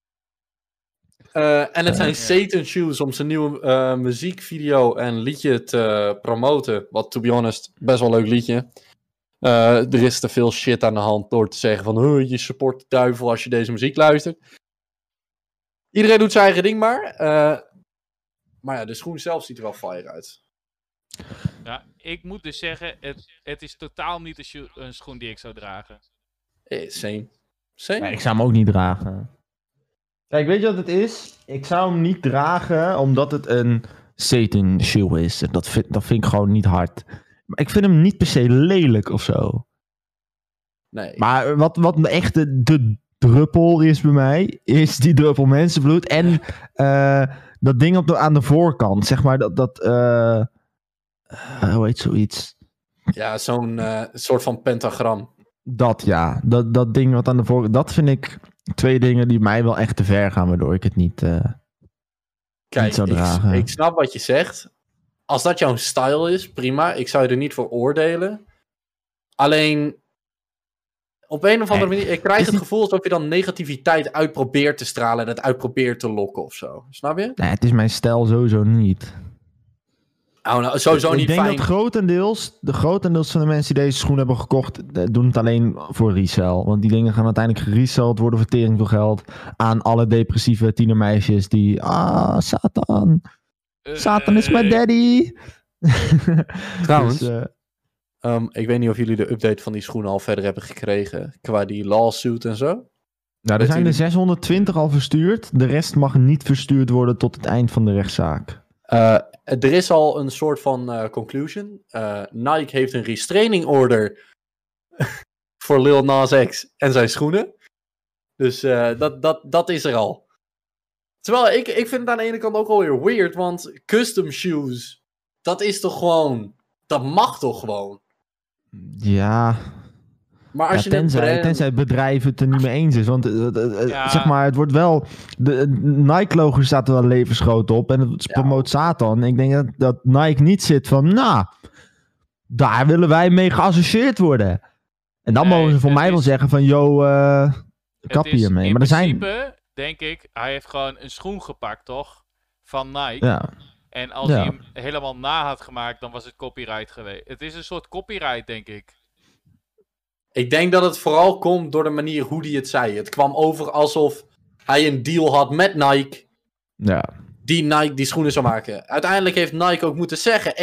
S3: En het zijn Satan Shoes om zijn nieuwe muziekvideo en liedje te promoten. Wat, to be honest, best wel een leuk liedje. Er is te veel shit aan de hand door te zeggen van... je support de duivel als je deze muziek luistert. Iedereen doet zijn eigen ding maar. Maar ja, de schoen zelf ziet er wel fire uit.
S2: Ja, ik moet dus zeggen, het is totaal niet een schoen die ik zou dragen.
S3: Same.
S1: Ja, ik zou hem ook niet dragen. Kijk, weet je wat het is? Ik zou hem niet dragen omdat het een Satan shoe is. En dat vind ik gewoon niet hard. Maar ik vind hem niet per se lelijk of zo.
S3: Nee.
S1: Maar wat echt de druppel is bij mij, is die druppel mensenbloed. En dat ding aan de voorkant, zeg maar, hoe heet zoiets?
S3: Ja, zo'n soort van pentagram.
S1: Dat ding wat aan de voorkant, dat vind ik 2 dingen die mij wel echt te ver gaan, waardoor ik het niet zou dragen.
S3: Ik snap wat je zegt. Als dat jouw style is, prima. Ik zou je er niet voor oordelen. Alleen, op een of andere manier, ik krijg het gevoel alsof je dan negativiteit uitprobeert te stralen en het uitprobeert te lokken of zo. Snap je?
S1: Nee, het is mijn stijl sowieso niet.
S3: Oh, nou, sowieso niet fijn.
S1: Ik denk dat grotendeels van de mensen die deze schoen hebben gekocht, doen het alleen voor resell. Want die dingen gaan uiteindelijk gereseld worden voor tering veel geld aan alle depressieve tienermeisjes die, Satan. Satan is mijn daddy.
S3: Trouwens,
S1: Dus,
S3: ik weet niet of jullie de update van die schoenen al verder hebben gekregen qua die lawsuit en zo.
S1: Nou, er zijn er 620 al verstuurd. De rest mag niet verstuurd worden tot het eind van de rechtszaak.
S3: Er is al een soort van conclusion. Nike heeft een restraining order voor Lil Nas X en zijn schoenen. Dus dat is er al. Terwijl ik vind het aan de ene kant ook alweer weird, want custom shoes, dat is toch gewoon... Dat mag toch gewoon?
S1: Ja...
S3: Maar als je
S1: tenzij het bedrijf het er niet mee eens is. Want zeg maar, het wordt wel... De Nike-logo staat er wel levensgroot op. En het promoot Satan. Ik denk dat Nike niet zit van... Nou, daar willen wij mee geassocieerd worden. En dan mogen ze voor mij wel zeggen van... Yo, kap hiermee. Maar er zijn...
S2: In principe, denk ik... Hij heeft gewoon een schoen gepakt, toch? Van Nike.
S1: Ja.
S2: En als hij hem helemaal na had gemaakt... Dan was het copyright geweest. Het is een soort copyright, denk ik.
S3: Ik denk dat het vooral komt door de manier hoe hij het zei. Het kwam over alsof hij een deal had met Nike.
S1: Ja.
S3: Die Nike die schoenen zou maken. Uiteindelijk heeft Nike ook moeten zeggen...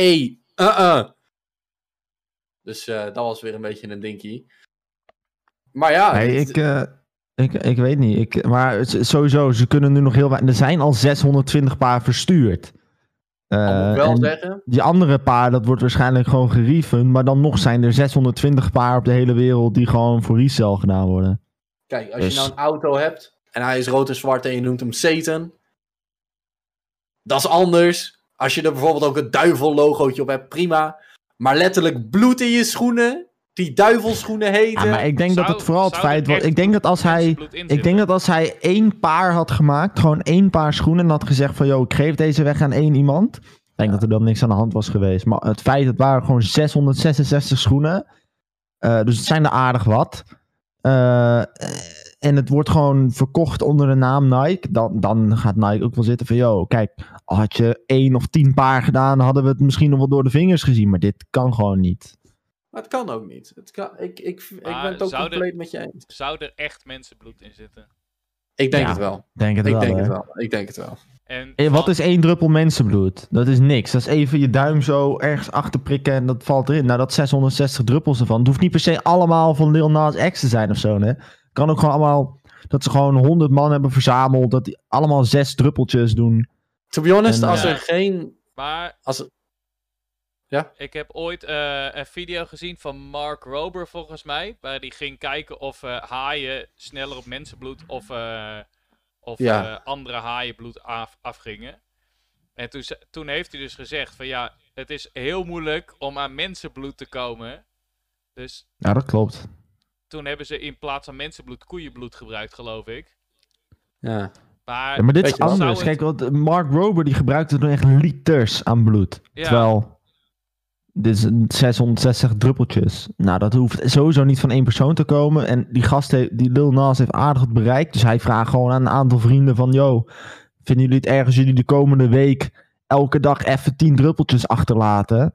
S3: Dus dat was weer een beetje een dinkie. Maar ja...
S1: Hey, ik weet niet. Maar sowieso, ze kunnen nu nog heel weinig... Er zijn al 620 paar verstuurd.
S3: Ik moet wel zeggen...
S1: Die andere paar, dat wordt waarschijnlijk gewoon gerefund. Maar dan nog zijn er 620 paar op de hele wereld die gewoon voor resell gedaan worden.
S3: Kijk, als je nou een auto hebt en hij is rood en zwart en je noemt hem Satan. Dat is anders. Als je er bijvoorbeeld ook een duivel-logootje op hebt, prima. Maar letterlijk bloed in je schoenen, die duivelschoenen heten.
S1: Ja, maar ik denk dat het vooral het feit was... Ik denk dat als hij 1 paar had gemaakt, gewoon 1 paar schoenen... en had gezegd van, yo, ik geef deze weg aan 1 iemand... Ik denk dat er dan niks aan de hand was geweest. Maar het feit, het waren gewoon 666 schoenen. Dus het zijn er aardig wat. En het wordt gewoon verkocht onder de naam Nike. Dan gaat Nike ook wel zitten van... Yo, kijk, had je 1 of 10 paar gedaan... hadden we het misschien nog wel door de vingers gezien. Maar dit kan gewoon niet.
S3: Maar het kan ook niet. Ik ben het ook compleet met je eens.
S2: Zou er echt mensenbloed in zitten?
S3: Ik denk het wel.
S1: Ik denk
S3: het wel.
S2: En
S1: wat is 1 druppel mensenbloed? Dat is niks. Dat is even je duim zo ergens achter prikken en dat valt erin. Nou, dat 660 druppels ervan. Het hoeft niet per se allemaal van Lil Nas X te zijn of zo, hè. Het kan ook gewoon allemaal... Dat ze gewoon 100 man hebben verzameld. Dat die allemaal 6 druppeltjes doen.
S3: To be honest, als er geen...
S2: Maar...
S3: Ja?
S2: Ik heb ooit een video gezien van Mark Rober, volgens mij. Waar die ging kijken of haaien sneller op mensenbloed of andere haaienbloed afgingen. En toen heeft hij dus gezegd van ja, het is heel moeilijk om aan mensenbloed te komen. Dus
S1: ja, dat klopt.
S2: Toen hebben ze in plaats van mensenbloed koeienbloed gebruikt, geloof ik.
S3: Ja.
S1: Maar dit is anders. Kijk, want Mark Rober die gebruikte toen echt liters aan bloed. Ja. Terwijl... Dit is 660 druppeltjes. Nou, dat hoeft sowieso niet van 1 persoon te komen. En die gast, die Lil Nas, heeft aardig wat bereikt. Dus hij vraagt gewoon aan een aantal vrienden van... Yo, vinden jullie het erg als jullie de komende week... elke dag even 10 druppeltjes achterlaten?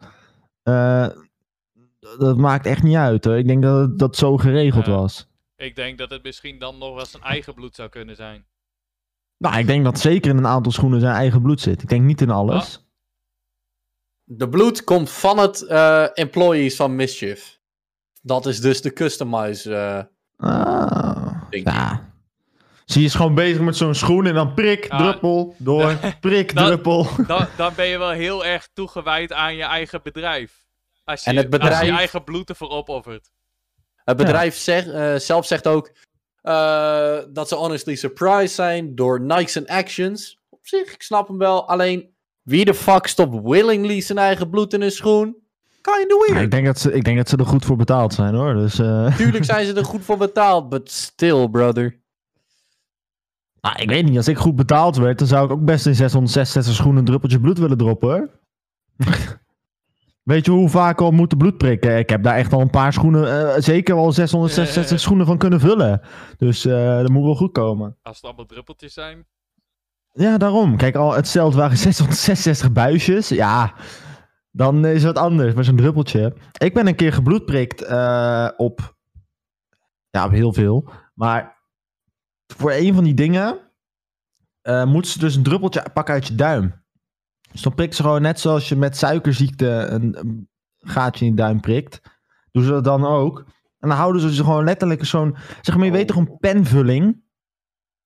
S1: Dat maakt echt niet uit, hoor. Ik denk dat dat zo geregeld was.
S2: Ik denk dat het misschien dan nog wel zijn eigen bloed zou kunnen zijn.
S1: Nou, ik denk dat zeker in een aantal schoenen zijn eigen bloed zit. Ik denk niet in alles.
S3: De bloed komt van het employees van Mischief. Dat is dus de customize ding.
S1: Ja. Zie je is gewoon bezig met zo'n schoen en dan prik, druppel, door, prik, druppel.
S2: Dan ben je wel heel erg toegewijd aan je eigen bedrijf. Als je je eigen bloed ervoor opoffert.
S3: Het bedrijf zelf zegt ook dat ze honestly surprised zijn door Nike's actions. Op zich, ik snap hem wel. Alleen... Wie de fuck stopt willingly zijn eigen bloed in een schoen? Kinda weird.
S1: Ja, ik denk dat ze er goed voor betaald zijn, hoor. Dus,
S3: Tuurlijk zijn ze er goed voor betaald, but still, brother.
S1: Nou, ik weet niet. Als ik goed betaald werd, dan zou ik ook best in 666 schoenen een druppeltje bloed willen droppen, hoor. Weet je hoe vaak al moeten bloed prikken? Ik heb daar echt al een paar schoenen, zeker al 666 schoenen van kunnen vullen. Dus dat moet wel goed komen.
S2: Als het allemaal druppeltjes zijn...
S1: Ja, daarom. Kijk, hetzelfde waren 666 buisjes. Ja, dan is het anders met zo'n druppeltje. Ik ben een keer gebloedprikt op heel veel. Maar voor een van die dingen moeten ze dus een druppeltje pakken uit je duim. Dus dan prikken ze gewoon net zoals je met suikerziekte een gaatje in je duim prikt. Doen ze dat dan ook. En dan houden ze gewoon letterlijk zo'n... Zeg maar, je weet toch een penvulling...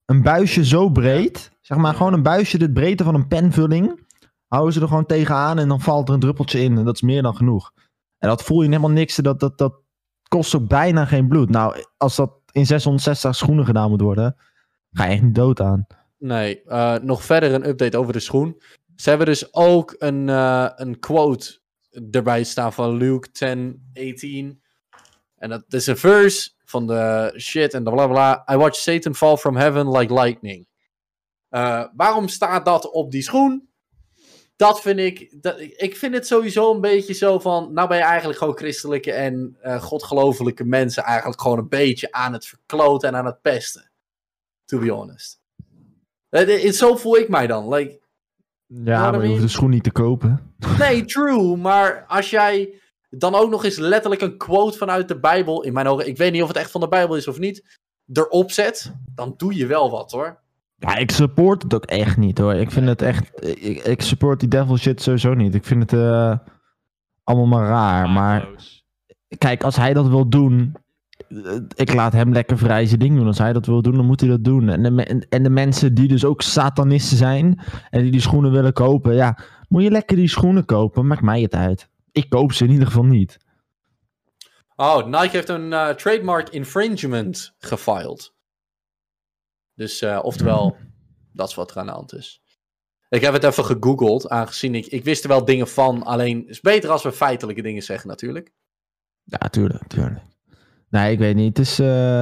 S1: een buisje zo breed. Zeg maar
S2: Ja.
S1: gewoon een buisje de breedte van een penvulling. Houden ze er gewoon tegenaan en dan valt er een druppeltje in. En dat is meer dan genoeg. En dat voel je helemaal niks. Dat kost ook bijna geen bloed. Nou, als dat in 660 schoenen gedaan moet worden, ga je echt niet dood aan.
S3: Nee, nog verder een update over de schoen. Ze hebben dus ook een quote erbij staan van Luke 10:18. En dat is een verse van de shit en de bla bla. I watched Satan fall from heaven like lightning. Waarom staat dat op die schoen? Dat vind ik... Ik vind het sowieso een beetje zo van... Nou ben je eigenlijk gewoon christelijke en godgelovelijke mensen eigenlijk gewoon een beetje aan het verkloten en aan het pesten. To be honest. Zo voel ik mij dan. Like,
S1: Ja, maar je hoeft de schoen niet te kopen.
S3: nee, true. Maar als jij dan ook nog eens letterlijk een quote vanuit de Bijbel... In mijn ogen, ik weet niet of het echt van de Bijbel is of niet... erop zet, dan doe je wel wat hoor.
S1: Ja, ik support het ook echt niet hoor. Ik vind het echt... Ik support die devil shit sowieso niet. Ik vind het allemaal maar raar. Maar
S2: Maakloos.
S1: kijk, als hij dat wil doen... Ik laat hem lekker vrij zijn ding doen. Als hij dat wil doen, dan moet hij dat doen. En de mensen die dus ook satanisten zijn... en die schoenen willen kopen... Ja, moet je lekker die schoenen kopen. Maakt mij het uit. Ik koop ze in ieder geval niet.
S3: Oh, Nike heeft een trademark infringement gefiled. Dus, oftewel, dat is wat er aan de hand is. Ik heb het even gegoogeld, aangezien ik wist er wel dingen van. Alleen, het is beter als we feitelijke dingen zeggen natuurlijk.
S1: Ja, tuurlijk. Nee, ik weet niet. Het is...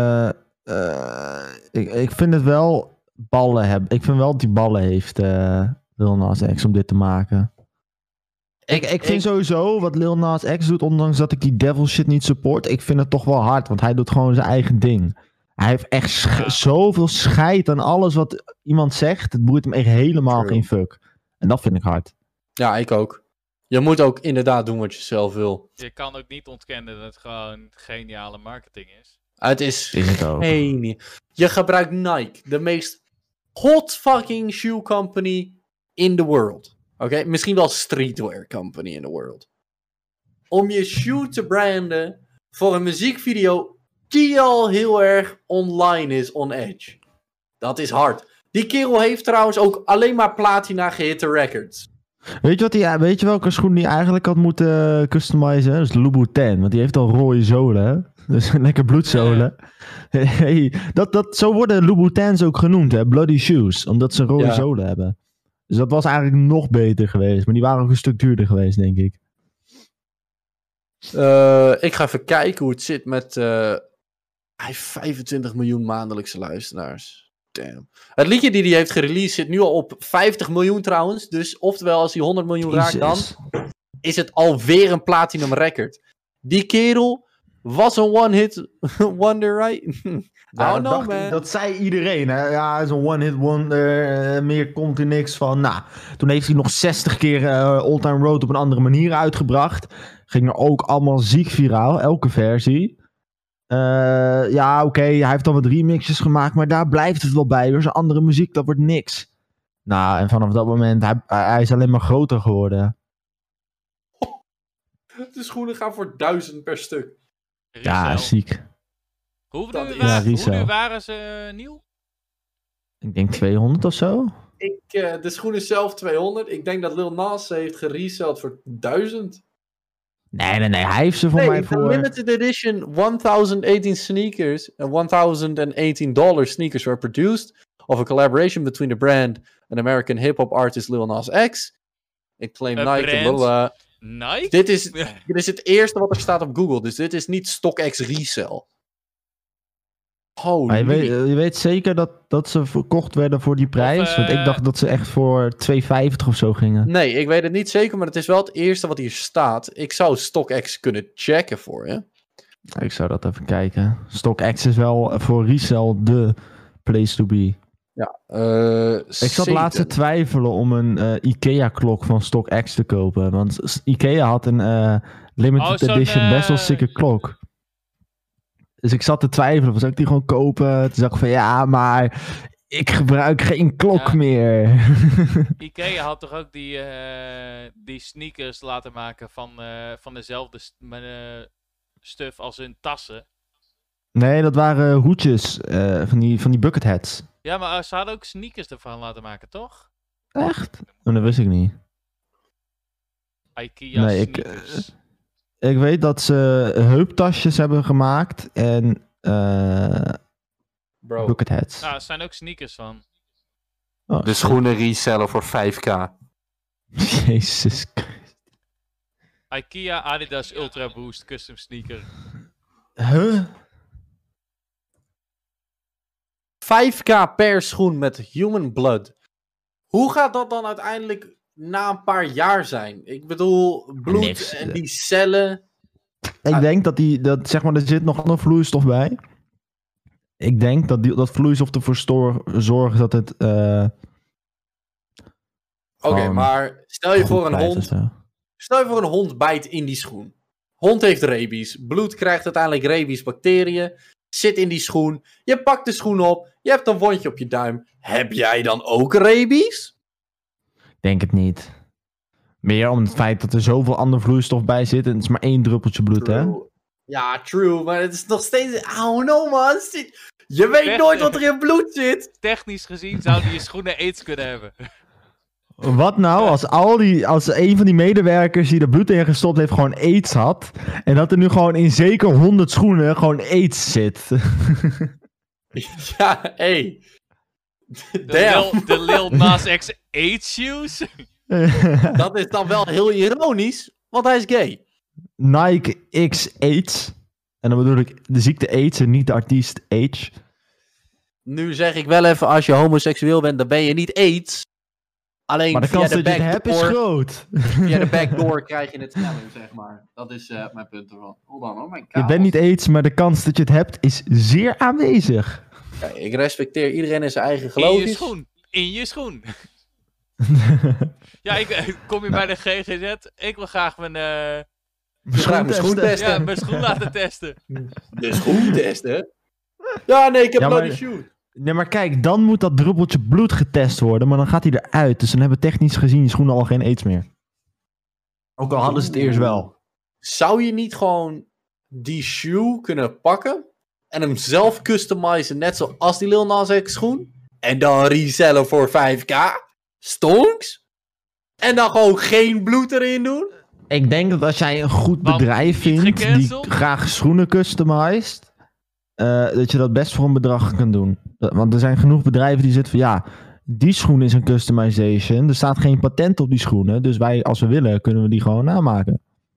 S1: ik vind het wel ballen hebben. Ik vind wel dat hij ballen heeft, Lil Nas X, om dit te maken. Ik vind sowieso wat Lil Nas X doet, ondanks dat ik die devil shit niet support, ik vind het toch wel hard, want hij doet gewoon zijn eigen ding. Hij heeft echt zoveel scheid aan alles wat iemand zegt. Het boeit hem echt helemaal
S3: True.
S1: geen fuck. En dat vind ik hard.
S3: Ja, ik ook. Je moet ook inderdaad doen wat je zelf wil.
S2: Je kan ook niet ontkennen dat het gewoon geniale marketing is.
S3: Het is
S1: Is het ook.
S3: geen... Je gebruikt Nike, de meest hot fucking shoe company in the world. Oké, misschien wel streetwear company in the world. Om je shoe te branden voor een muziekvideo die al heel erg online is, on edge. Dat is hard. Die kerel heeft trouwens ook alleen maar platina gehitte records.
S1: Weet je welke schoen die eigenlijk had moeten customizen? Dat is Louboutin, want die heeft al rode zolen. Hè? Dus lekker bloedzolen. Hey, zo worden Louboutins ook genoemd, hè? Bloody shoes, omdat ze rode zolen hebben. Dus dat was eigenlijk nog beter geweest. Maar die waren ook een stuk duurder geweest, denk ik.
S3: Ik ga even kijken hoe het zit met... hij heeft 25 miljoen maandelijkse luisteraars. Damn. Het liedje die hij heeft gereleased zit nu al op 50 miljoen trouwens. Dus oftewel als hij 100 miljoen raakt, dan is het alweer een platinum record. Die kerel was een one-hit wonder, right?
S1: Ja,
S3: no, man.
S1: dat zei iedereen. Hè? Ja, hij is een one-hit wonder. Meer komt er niks van. Nou, toen heeft hij nog 60 keer Old Town Road op een andere manier uitgebracht. Ging er ook allemaal ziek viraal. Elke versie. Ja, oké, hij heeft dan wat remixes gemaakt. Maar daar blijft het wel bij. Dus andere muziek, dat wordt niks. Nou, en vanaf dat moment, hij is alleen maar groter geworden.
S3: De schoenen gaan voor 1000 per stuk.
S1: Ja,
S2: Resell.
S1: ziek.
S2: Hoe
S3: Dat
S2: duur
S3: is-
S2: wa-
S1: Ja,
S2: hoe
S1: resell.
S2: duur waren ze nieuw?
S1: Ik denk 200 of zo.
S3: De schoenen zelf 200. Ik denk dat Lil Nas heeft gereseld voor 1000.
S1: Nee. Hij heeft ze voor mij
S3: The
S1: voor...
S3: limited edition 1018 sneakers and $1,018 sneakers were produced of a collaboration between the brand and American hip-hop artist Lil Nas X. Ik claim
S2: Een
S3: Nike.
S2: brand?
S3: Blah.
S2: Nike?
S3: Dit is het eerste wat er staat op Google. Dus dit is niet StockX resell. Holy.
S1: Maar je weet zeker dat ze verkocht werden voor die prijs? Want ik dacht dat ze echt voor 2,50 of zo gingen.
S3: Nee, ik weet het niet zeker, maar het is wel het eerste wat hier staat. Ik zou StockX kunnen checken voor je.
S1: Ik zou dat even kijken. StockX is wel voor resell de place to be.
S3: Ja,
S1: Ik zat laatst te twijfelen om een IKEA-klok van StockX te kopen. Want IKEA had een limited
S2: zo'n,
S1: edition best wel sikke klok. Dus ik zat te twijfelen, of zou ik die gewoon kopen? Toen dacht ik van ja, maar ik gebruik geen klok
S2: Ja.
S1: meer.
S2: Ikea had toch ook die sneakers laten maken van dezelfde stuff als hun tassen?
S1: Nee, dat waren hoedjes van die bucket hats.
S2: Ja, maar ze hadden ook sneakers ervan laten maken, toch?
S1: Echt? Oh, dat wist ik niet.
S2: IKEA
S1: Nee,
S2: sneakers.
S1: Ik weet dat ze heuptasjes hebben gemaakt en
S3: Bro,
S1: bucket hats.
S2: Nou, er zijn ook sneakers van.
S1: Oh,
S3: de schoenen resellen voor 5k.
S1: Jezus.
S2: IKEA Adidas Ultra Boost custom sneaker.
S1: Huh?
S3: 5k per schoen met human blood. Hoe gaat dat dan uiteindelijk na een paar jaar zijn? Ik bedoel, bloed
S1: Niks.
S3: en die cellen.
S1: Ik denk dat zeg maar, er zit nog andere vloeistof bij. Ik denk dat vloeistof ervoor zorgt dat het
S3: Oké,
S1: Gewoon
S3: maar stel je
S1: goed
S3: voor een
S1: blijft of
S3: hond.
S1: zo.
S3: Stel je voor een hond bijt in die schoen. Hond heeft rabies. Bloed krijgt uiteindelijk rabies bacteriën. Zit in die schoen. Je pakt de schoen op. Je hebt een wondje op je duim. Heb jij dan ook rabies?
S1: Ik denk het niet. Meer om het feit dat er zoveel andere vloeistof bij zit en het is maar 1 druppeltje bloed, hè?
S3: True. Ja, true. Maar het is nog steeds... I don't know, man. Je weet nooit wat er in bloed zit.
S2: Technisch gezien zouden je schoenen aids kunnen hebben.
S1: Wat nou als een van die medewerkers die er bloed in gestopt heeft gewoon aids had en dat er nu gewoon in zeker 100 schoenen gewoon aids zit?
S3: Ja, hey.
S2: De
S3: Damn.
S2: Lil Nas X AIDS shoes?
S3: Dat is dan wel heel ironisch, want hij is gay.
S1: Nike X AIDS. En dan bedoel ik de ziekte AIDS en niet de artiest Age.
S3: Nu zeg ik wel even, als je homoseksueel bent, dan ben je niet AIDS. Alleen
S1: Maar de
S3: via
S1: kans
S3: de
S1: dat je het hebt is
S3: backdoor,
S1: groot.
S3: via de backdoor krijg je het sneller, zeg maar. Dat is mijn punt ervan. Hold on hoor, mijn
S1: Je
S3: kabels.
S1: bent niet AIDS, maar de kans dat je het hebt is zeer aanwezig.
S3: Kijk, ik respecteer iedereen in zijn eigen
S2: In
S3: geloof.
S2: je schoen. In je schoen. Ja, kom je bij de GGZ? Ik wil graag mijn
S3: schoen testen.
S2: ja, mijn schoen laten testen.
S3: De schoen testen? Ja, nee, ik heb
S1: Ja,
S3: nog
S1: maar-
S3: die shoe.
S1: Nee, maar kijk, dan moet dat druppeltje bloed getest worden, maar dan gaat hij eruit. Dus dan hebben technisch gezien je schoenen al geen aids meer. Ook al hadden ze het eerst wel.
S3: Zou je niet gewoon die shoe kunnen pakken en hem zelf customizen, net zoals die Lil Nas X schoen, en dan resellen voor 5k? Stonks? En dan gewoon geen bloed erin doen?
S1: Ik denk dat als jij een goed
S2: Want
S1: bedrijf
S2: niet
S1: vindt die
S2: gecanceld?
S1: graag schoenen customized, dat je dat best voor een bedrag kunt doen. Want er zijn genoeg bedrijven die zitten van ja, die schoen is een customization. Er staat geen patent op die schoenen. Dus wij, als we willen, kunnen we die gewoon namaken.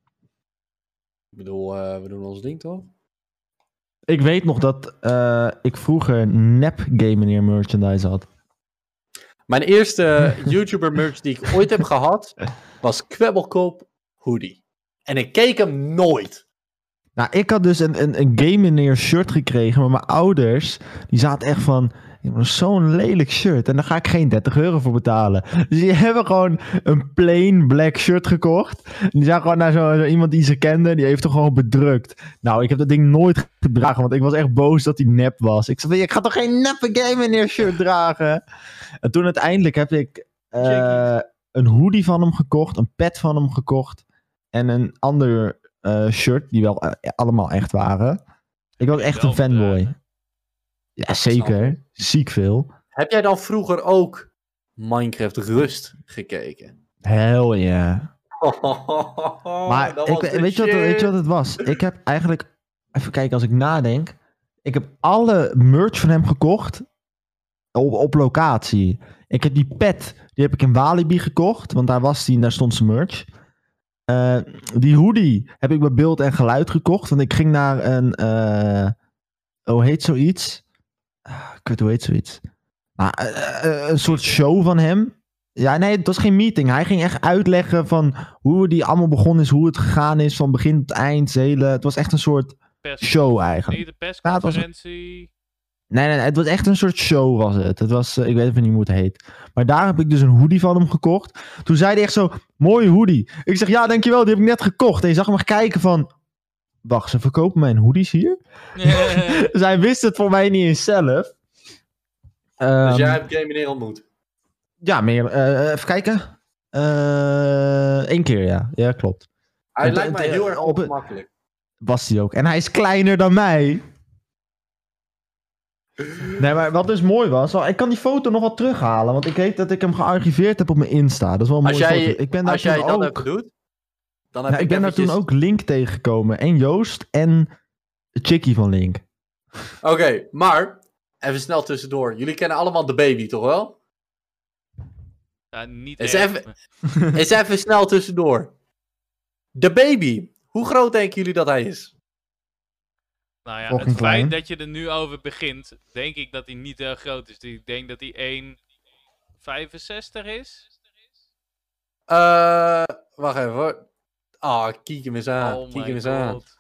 S3: Ik bedoel, we doen ons ding toch?
S1: Ik weet nog dat ik vroeger nep Game Meneer merchandise had.
S3: Mijn eerste YouTuber merch die ik ooit heb gehad, was Kwebbelkoop hoodie. En ik keek hem nooit.
S1: Nou, ik had dus een Game Meneer shirt gekregen, maar mijn ouders, die zaten echt van, ja, maar zo'n lelijk shirt en daar ga ik geen 30 euro voor betalen. Dus die hebben gewoon een plain black shirt gekocht. En die zagen gewoon naar zo iemand die ze kende, die heeft er gewoon bedrukt. Nou, ik heb dat ding nooit gedragen, want ik was echt boos dat hij nep was. Ik zei, ik ga toch geen neppe Game Meneer shirt dragen? En toen uiteindelijk heb ik een hoodie van hem gekocht, een pet van hem gekocht en een ander shirt, die wel allemaal echt waren. Ik was echt een fanboy. Ja, zeker. Ziek veel.
S3: Heb jij dan vroeger ook Minecraft Rust gekeken?
S1: Hell yeah. Maar
S3: Dat was de
S1: weet je wat het was? Ik heb eigenlijk, even kijken als ik nadenk, ik heb alle merch van hem gekocht op locatie. Ik heb die pet, die heb ik in Walibi gekocht, want daar was die en daar stond zijn merch. Die hoodie heb ik bij Beeld en Geluid gekocht, want ik ging naar een, hoe heet zoiets? Hoe heet zoiets? Een soort show van hem. Ja, nee, het was geen meeting. Hij ging echt uitleggen van hoe die allemaal begonnen is, hoe het gegaan is, van begin tot eind. Het was echt een soort show eigenlijk.
S2: Niet de persconferentie.
S1: Nee, het was echt een soort show was het. Het was, ik weet even niet hoe het heet. Maar daar heb ik dus een hoodie van hem gekocht. Toen zei hij echt zo, mooie hoodie. Ik zeg, ja, dankjewel, die heb ik net gekocht. En je zag hem echt kijken van, wacht, ze verkopen mijn hoodies hier? Dus hij wist het voor mij niet eens zelf.
S3: Dus jij hebt Game Meneer ontmoet?
S1: Ja, meer. Even kijken. 1 keer, ja. Ja, klopt.
S3: Hij
S1: Het-
S3: lijkt mij
S1: het-
S3: heel erg
S1: op-
S3: ongemakkelijk.
S1: Was hij ook. En hij is kleiner dan mij. Nee, maar wat dus mooi was... Ik kan die foto nog wel terughalen. Want ik weet dat ik hem gearchiveerd heb op mijn Insta. Dat is wel een mooie foto. Ik ben daar
S3: Als jij
S1: toen
S3: dat
S1: ook...
S3: even doet, dan heb
S1: Nou, ik ben daar toen ook Link tegengekomen. En Joost en Chickie van Link.
S3: Oké, maar... Even snel tussendoor. Jullie kennen allemaal de baby, toch wel?
S2: Ja, niet
S3: Is
S2: echt.
S3: Eens even snel tussendoor. De baby. Hoe groot denken jullie dat hij is?
S2: Nou ja,
S1: Fucking
S2: het
S1: klein.
S2: feit dat je er nu over begint, denk ik dat hij niet heel groot is. Ik denk dat hij 1,65 is.
S3: Wacht even hoor. Kijk hem eens aan.
S2: Oh
S3: Kijk hem
S2: my
S3: eens aan.
S2: god.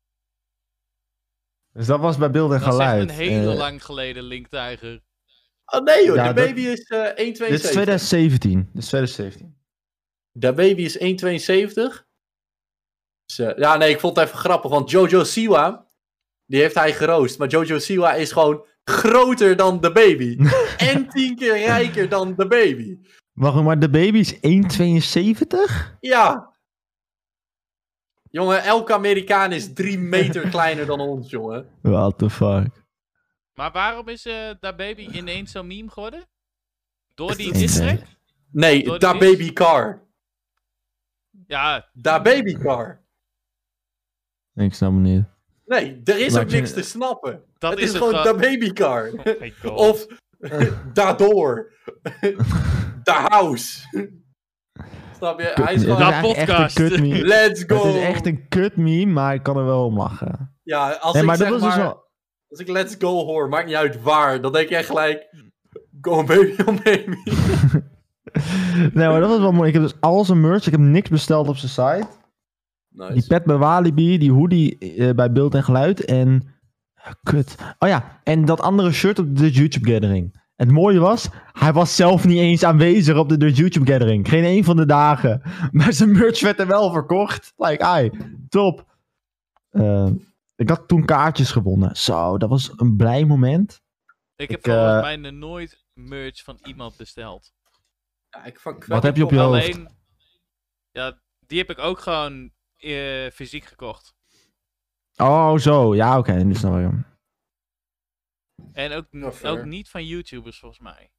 S1: Dus dat was bij beeld en
S2: Dat is echt
S1: geluid.
S2: een hele lang geleden Link Tiger.
S3: Oh nee joh,
S1: Ja,
S3: de baby is 1,72.
S1: Dit is 2017. Dit is 2017.
S3: De baby is 1,72. Dus, ja, nee, ik vond het even grappig, want Jojo Siwa, die heeft hij geroost. Maar Jojo Siwa is gewoon groter dan de baby. En 10 keer rijker dan de baby.
S1: Wacht, maar de baby is 1,72?
S3: Ja. Jongen, elke Amerikaan is 3 meter kleiner dan ons, jongen.
S1: What the fuck?
S2: Maar waarom is Da Baby ineens zo'n meme geworden? Door die
S1: Geen
S2: diss track?
S1: idee.
S3: Nee,
S2: Door
S3: Da
S2: die diss?
S3: Baby Car.
S2: Ja,
S3: Da Baby Car.
S1: Ik snap het niet.
S3: Nee, er is
S1: Maar
S3: ook
S1: ik vind-
S3: niks te snappen.
S2: dat
S3: Het
S2: is
S3: is
S2: het
S3: gewoon
S2: gra-
S3: Da Baby Car.
S2: Oh my god.
S3: Of Daardoor. The House. Snap je? Hij is
S1: Het is
S3: gewoon...
S2: Dat
S1: eigenlijk echt
S2: podcast.
S1: een kut meme.
S3: Let's go!
S1: Het is echt een kut meme, maar ik kan er wel om lachen.
S3: Ja, als
S1: Nee,
S3: ik
S1: maar dat
S3: zeg
S1: was dus
S3: maar...
S1: wel...
S3: Als ik Let's Go hoor, maakt niet uit waar. Dan denk je echt gelijk... Go baby, oh baby.
S1: Nee, maar dat was wel mooi. Ik heb dus al zijn merch, ik heb niks besteld op zijn site.
S3: Nice.
S1: Die pet bij Walibi, die hoodie bij beeld en geluid en... Kut. Oh ja, en dat andere shirt op de YouTube Gathering. Het mooie was, hij was zelf niet eens aanwezig op de YouTube Gathering. Geen een van de dagen. Maar zijn merch werd er wel verkocht. Like, ai, top. Ik had toen kaartjes gewonnen. Zo, dat was een blij moment.
S2: Ik heb
S1: ik,
S2: volgens mij nog nooit merch van iemand besteld.
S3: Ja, ik vond
S1: Wat heb je op je hoofd?
S2: Alleen, ja, die heb ik ook gewoon fysiek gekocht.
S1: Oh, zo. Ja, oké. Nu snap ik hem.
S2: En ook,
S3: Ja, fair.
S2: ook niet van YouTubers volgens mij.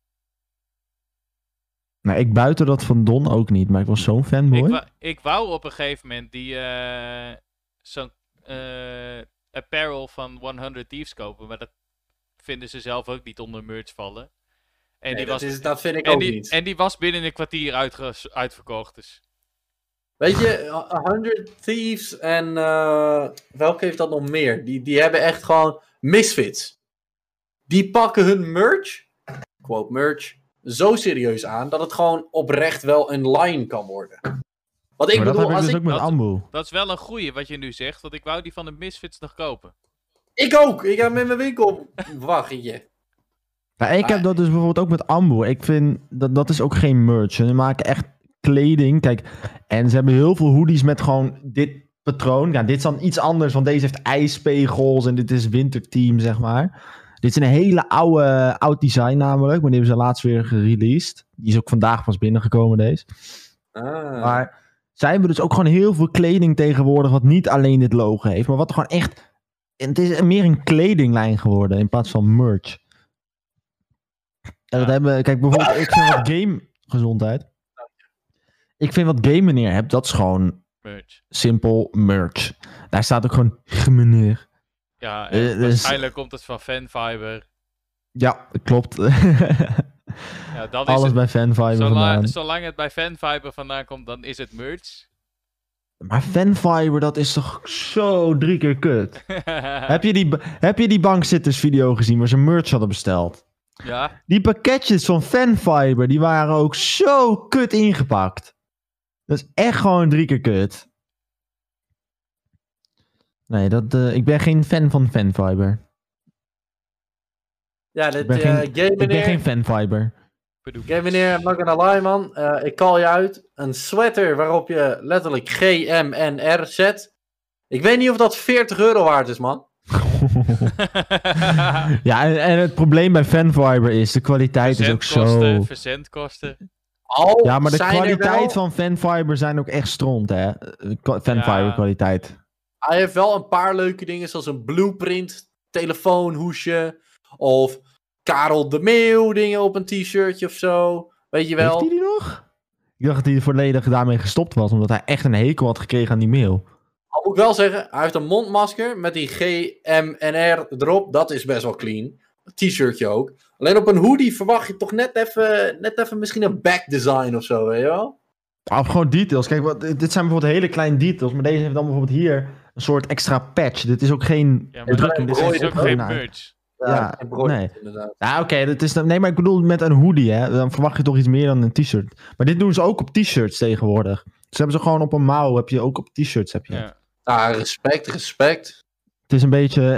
S1: Nou, ik buiten dat van Don ook niet, maar ik was zo'n fanboy.
S2: Ik wou op een gegeven moment die zo'n apparel van 100 Thieves kopen, maar dat vinden ze zelf ook niet onder merch vallen. En,
S3: Nee,
S2: die, was,
S3: dat vind ik
S2: en,
S3: ook
S2: die,
S3: niet.
S2: en die was binnen een kwartier uitverkocht. Dus.
S3: Weet je, 100 Thieves en... welke heeft dat nog meer? Die hebben echt gewoon Misfits. Die pakken hun merch, quote merch, zo serieus aan dat het gewoon oprecht wel een line kan worden. Want ik
S1: maar dat
S3: bedoel,
S1: heb ik
S3: als
S1: dus
S3: ik...
S1: ook met
S2: dat-
S1: Ambu.
S2: Dat is wel een goeie wat je nu zegt, want ik wou die van de Misfits nog kopen.
S3: Ik ook! Ik heb met mijn winkel... Wachtje.
S1: Ja, ik heb dat dus bijvoorbeeld ook met Ambu. Ik vind, dat is ook geen merch. Ze maken echt kleding. Kijk, en ze hebben heel veel hoodies met gewoon dit patroon. Ja, dit is dan iets anders, want deze heeft ijspegels en dit is winterteam, zeg maar. Dit is een hele oud design namelijk, maar die hebben ze laatst weer gereleased. Die is ook vandaag pas binnengekomen, deze. Maar zij hebben dus ook gewoon heel veel kleding tegenwoordig wat niet alleen dit logo heeft, maar wat er gewoon echt... Het is meer een kledinglijn geworden in plaats van merch. En dat hebben... Kijk, bijvoorbeeld, ik vind wat game... Gezondheid. Ik vind wat Game Meneer hebt, dat is gewoon
S2: Merch.
S1: simpel merch. Daar staat ook gewoon meneer.
S2: Ja, en
S1: dus-
S2: waarschijnlijk komt het van Fanfiber.
S1: Ja, klopt.
S2: Ja, dat is
S1: Alles
S2: het.
S1: bij Fanfiber vandaan.
S2: Zolang het bij Fanfiber vandaan komt, dan is het merch.
S1: Maar Fanfiber, dat is toch zo 3 keer kut. Heb je die bankzittersvideo gezien waar ze merch hadden besteld?
S2: Ja,
S1: Die pakketjes van Fanfiber, die waren ook zo kut ingepakt. Dat is echt gewoon 3 keer kut. Nee, ik ben geen fan van Fanfiber.
S3: Ja, dit
S1: Ik ben geen-
S3: Game
S1: Ik ben
S3: Meneer...
S1: geen Fanfiber.
S2: bedoel.
S3: Game Meneer, I'm not gonna lie man. Ik call je uit. Een sweater waarop je letterlijk GMNR zet. Ik weet niet of dat €40 waard is, man.
S1: Ja, en het probleem bij Fanfiber is, de kwaliteit is ook zo...
S2: Verzendkosten.
S3: Al
S1: Ja, maar de
S3: zijn er wel-
S1: kwaliteit van Fanfiber zijn ook echt stront, hè. Fanfiber
S2: Ja.
S1: kwaliteit.
S3: Hij heeft wel een paar leuke dingen, zoals een blueprint, telefoonhoesje. Of Karel de Meeuw dingen op een t-shirtje of zo. Weet je wel.
S1: Heeft hij die nog? Ik dacht dat hij volledig daarmee gestopt was, omdat hij echt een hekel had gekregen aan die mail.
S3: Al moet ik wel zeggen, hij heeft een mondmasker met die GMNR erop. Dat is best wel clean. Een t-shirtje ook. Alleen op een hoodie verwacht je toch net even misschien een back design of zo, weet je wel?
S1: Of gewoon details. Kijk, dit zijn bijvoorbeeld hele kleine details, maar deze heeft dan bijvoorbeeld hier een soort extra patch. Dit is ook geen
S2: Ja, maar
S1: drukking,
S2: dit
S1: dit
S2: is ook geen merch.
S1: Ja,
S3: embroidered,
S1: nee.
S3: inderdaad.
S1: Nou, oké, nee, maar ik bedoel met een hoodie, hè. Dan verwacht je toch iets meer dan een t-shirt. Maar dit doen ze ook op t-shirts tegenwoordig. Dus hebben ze gewoon op een mouw, heb je ook op t-shirts, heb je.
S2: Ja.
S3: Ah, respect.
S1: Het is een beetje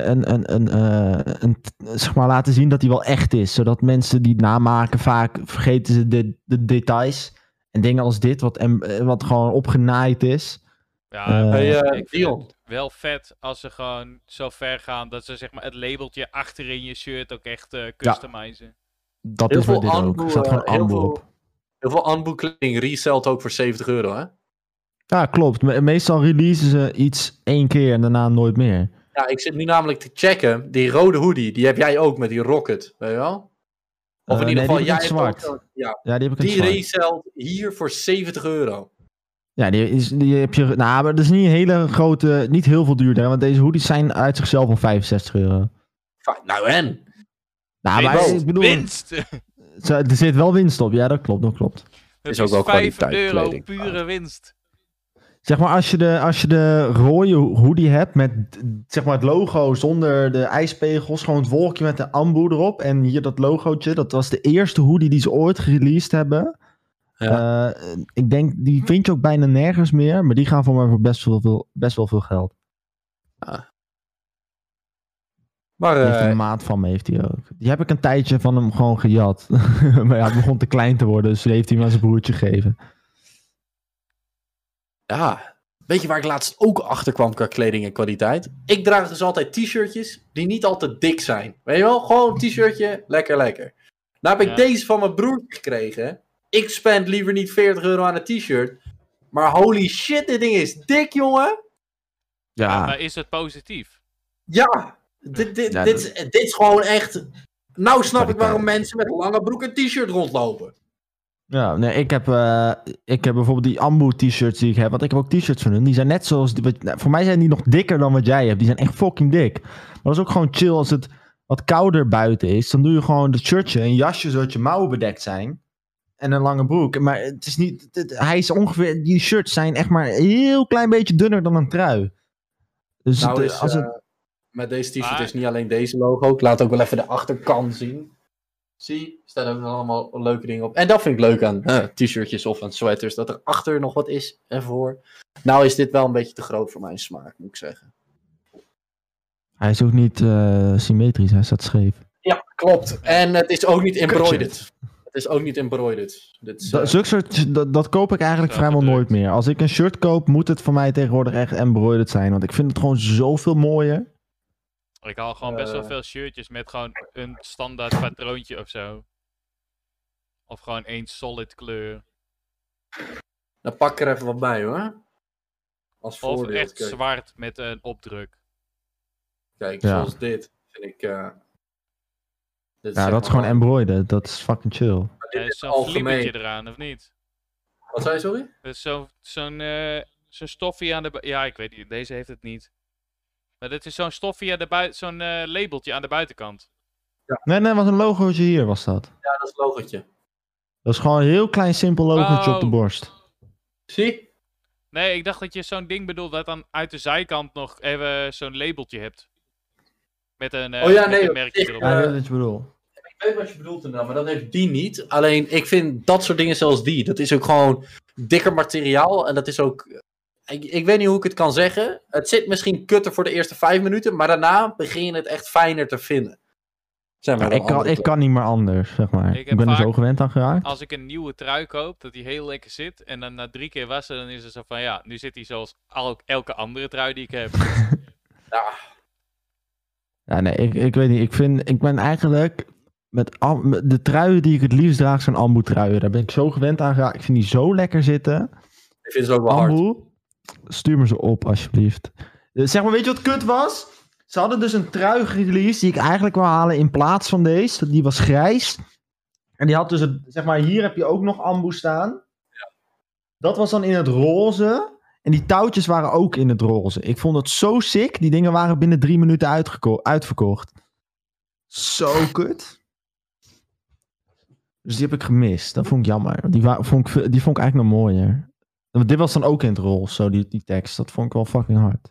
S1: zeg maar laten zien dat hij wel echt is. Zodat mensen die het namaken vaak vergeten ze de details. En dingen als dit, wat gewoon opgenaaid is.
S2: Ja,
S3: Hey,
S2: ik vind
S3: Dion.
S2: het wel vet als ze gewoon zo ver gaan dat ze zeg maar het labeltje achterin je shirt ook echt customizen.
S1: Dat
S3: Heel
S1: is bij
S3: veel
S1: dit ook.
S3: Anbu,
S1: Er staat gewoon
S3: heel
S1: Anbu
S3: veel-
S1: op.
S3: Heel veel Anbu-kleding reselt ook voor €70, hè?
S1: Ja, klopt. Meestal releasen ze iets 1 keer en daarna nooit meer.
S3: Ja, ik zit nu namelijk te checken. Die rode hoodie, die heb jij ook met die Rocket, weet je wel? Of in ieder
S1: nee,
S3: geval,
S1: die
S3: jij
S1: heb ik
S3: hebt
S1: in zwart.
S3: ook zo'n- ja,
S1: Ja, die heb ik in
S3: die
S1: zwart.
S3: reselt hier voor €70.
S1: Ja, die heb je... Nou, maar dat is niet een hele grote... Niet heel veel duurder, want deze hoodies zijn uit zichzelf al €65.
S3: Nou en?
S1: Nou, maar
S3: Winst.
S1: ik bedoel...
S2: Winst!
S1: Er zit wel winst op. Ja, dat klopt.
S2: Het
S3: Is ook wel
S2: €5
S3: kwaliteitskleding.
S2: pure winst.
S1: Zeg maar, als je de rode hoodie hebt met zeg maar het logo zonder de ijspegels, gewoon het wolkje met de Ambu erop en hier dat logootje, dat was de eerste hoodie die ze ooit gereleased hebben. Ik denk, die vind je ook bijna nergens meer, maar die gaan voor mij voor best wel veel geld.
S3: Maar
S1: Die heeft een maat van me, heeft hij ook. Die heb ik een tijdje van hem gewoon gejat. Maar ja, het begon te klein te worden, dus die heeft hij hem aan zijn broertje gegeven.
S3: ja, weet je waar ik laatst ook achter kwam qua kleding en kwaliteit? Ik draag dus altijd t-shirtjes die niet al te dik zijn. Weet je wel? Gewoon een t-shirtje, lekker. Nou heb ik
S2: Ja.
S3: deze van mijn broer gekregen. Ik spend liever niet €40 aan een t-shirt. Maar holy shit, dit ding is dik, jongen.
S2: Ja, maar is het positief?
S3: Ja, dit is gewoon echt... Nou snap ik waarom mensen met lange broek en t-shirt rondlopen.
S1: Ja, nee, ik heb bijvoorbeeld die Ambu t-shirts die ik heb, want ik heb ook t-shirts van hun. Die zijn net zoals, voor mij zijn die nog dikker dan wat jij hebt. Die zijn echt fucking dik. Maar dat is ook gewoon chill als het wat kouder buiten is. Dan doe je gewoon dat shirtje, een jasje zodat je mouwen bedekt zijn. En een lange broek. Maar het is niet, hij is ongeveer, die shirts zijn echt maar een heel klein beetje dunner dan een trui. Dus
S3: Nou
S1: als het...
S3: met deze t-shirt
S2: Maar-
S3: is niet alleen deze logo. Ik laat ook wel even de achterkant zien. Zie, er staan ook nog allemaal leuke dingen op. En dat vind ik leuk aan t-shirtjes of aan sweaters. Dat er achter nog wat is ervoor. Nou is dit wel een beetje te groot voor mijn smaak, moet ik zeggen.
S1: Hij is ook niet symmetrisch, hij staat scheef.
S3: Ja, klopt. En het is ook niet embroidered. Het is ook niet embroidered. Dit is,
S1: Zulke soort, dat koop ik eigenlijk
S2: Zo
S1: vrijwel
S2: gedrukt.
S1: nooit meer. Als ik een shirt koop, moet het voor mij tegenwoordig echt embroidered zijn. Want ik vind het gewoon zoveel mooier.
S2: Ik haal gewoon best wel veel shirtjes met gewoon een standaard patroontje of zo. Of gewoon één solid kleur.
S3: Dan pak ik er even wat bij hoor. Als
S2: Of
S3: voordeel.
S2: echt
S3: Kijk,
S2: zwart met een opdruk.
S3: kijk
S1: Ja.
S3: zoals dit. Vind ik... dit
S1: Ja,
S3: zeg
S1: dat is
S3: maar
S1: gewoon embroidered. Dat is fucking chill.
S3: maar dit
S2: Er
S3: is
S2: is zo'n
S3: algemeen.
S2: vliebertje eraan, of niet?
S3: Wat zei je, sorry?
S2: Er is zo'n stoffie aan de ja, ik weet niet, deze heeft het niet. Maar dit is zo'n stoffie aan de zo'n labeltje aan de buitenkant.
S1: Nee, was een logootje hier was dat.
S3: Ja, dat is het logotje.
S1: Dat is gewoon een heel klein simpel logootje op de
S2: Oh.
S1: borst.
S3: Zie?
S2: Nee, ik dacht dat je zo'n ding bedoelt dat dan uit de zijkant nog even zo'n labeltje hebt. Met een,
S3: Oh ja,
S2: met
S3: nee,
S2: een merkje
S3: ik-
S2: erop.
S1: Ja, ik weet wat je bedoelt.
S3: Ik weet wat je bedoelt inderdaad, maar dat heeft die niet. Alleen, ik vind dat soort dingen zoals die. Dat is ook gewoon dikker materiaal. En dat is ook... Ik weet niet hoe ik het kan zeggen. Het zit misschien kutter voor de eerste 5 minuten. Maar daarna begin je het echt fijner te vinden. Zijn
S1: Ja, ik kan niet meer anders, zeg maar.
S2: Ik
S1: Ik
S2: heb
S1: ben er
S2: vaak-
S1: zo gewend aan geraakt.
S2: Als ik een nieuwe trui koop, dat die heel lekker zit. En dan na 3 keer wassen, dan is het zo van ja, nu zit die zoals elke andere trui die ik heb.
S1: Ja, nee, ik weet niet. Ik ben eigenlijk... met de truien die ik het liefst draag zijn Ambu truien. Daar ben ik zo gewend aan geraakt. Ik vind die zo lekker zitten.
S3: Ik vind ze ook wel hard.
S1: Ambu, stuur me ze op alsjeblieft. Zeg maar, weet je wat kut was? Ze hadden dus een trui gereleased die ik eigenlijk wil halen in plaats van deze. Die was grijs. En die had dus, zeg maar, hier heb je ook nog ambu staan.
S3: Ja.
S1: Dat was dan in het roze. En die touwtjes waren ook in het roze. Ik vond het zo sick. Die dingen waren binnen 3 minuten uitverkocht. Zo kut. Dus die heb ik gemist. Dat vond ik jammer. Die vond ik eigenlijk nog mooier. Want dit was dan ook in het roze, zo die tekst. Dat vond ik wel fucking hard.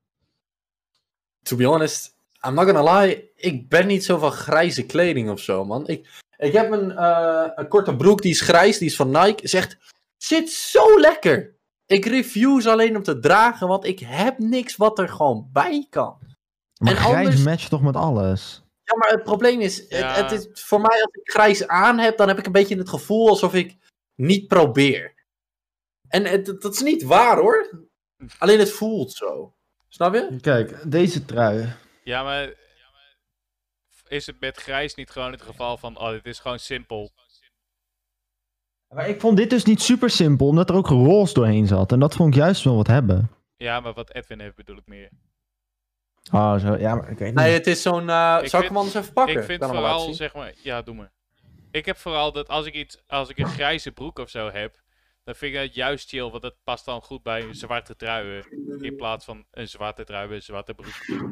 S3: To be honest, I'm not gonna lie. Ik ben niet zo van grijze kleding of zo, man. Ik heb een korte broek, die is grijs, die is van Nike. Zit zo lekker. Ik review ze alleen om te dragen, want ik heb niks wat er gewoon bij kan.
S1: Maar
S3: En
S1: grijs
S3: anders-
S1: matcht toch met alles?
S3: Ja, maar het probleem is,
S2: Ja.
S3: het is voor mij als ik grijs aan heb, dan heb ik een beetje het gevoel alsof ik niet probeer. En dat is niet waar, hoor. Alleen het voelt zo. Snap je?
S1: Kijk, deze trui.
S2: Ja, maar is het met grijs niet gewoon het geval van, oh, dit is gewoon simpel.
S1: Maar ik vond dit dus niet super simpel, omdat er ook roze doorheen zat. En dat vond ik juist wel wat hebben.
S2: Ja, maar wat Edwin heeft bedoel ik meer.
S1: Oh, zo. Ja, maar ik weet niet.
S3: Nee, het is zo'n... zal ik
S2: vind-
S3: hem anders even pakken?
S2: Ik vind
S3: Kan hem wel laten
S2: vooral,
S3: zien.
S2: zeg maar, ja, doe maar. Ik heb vooral dat als ik een grijze broek of zo heb, dan vind ik het juist chill, want dat past dan goed bij zwarte truien. In plaats van een zwarte trui bij een zwarte broek.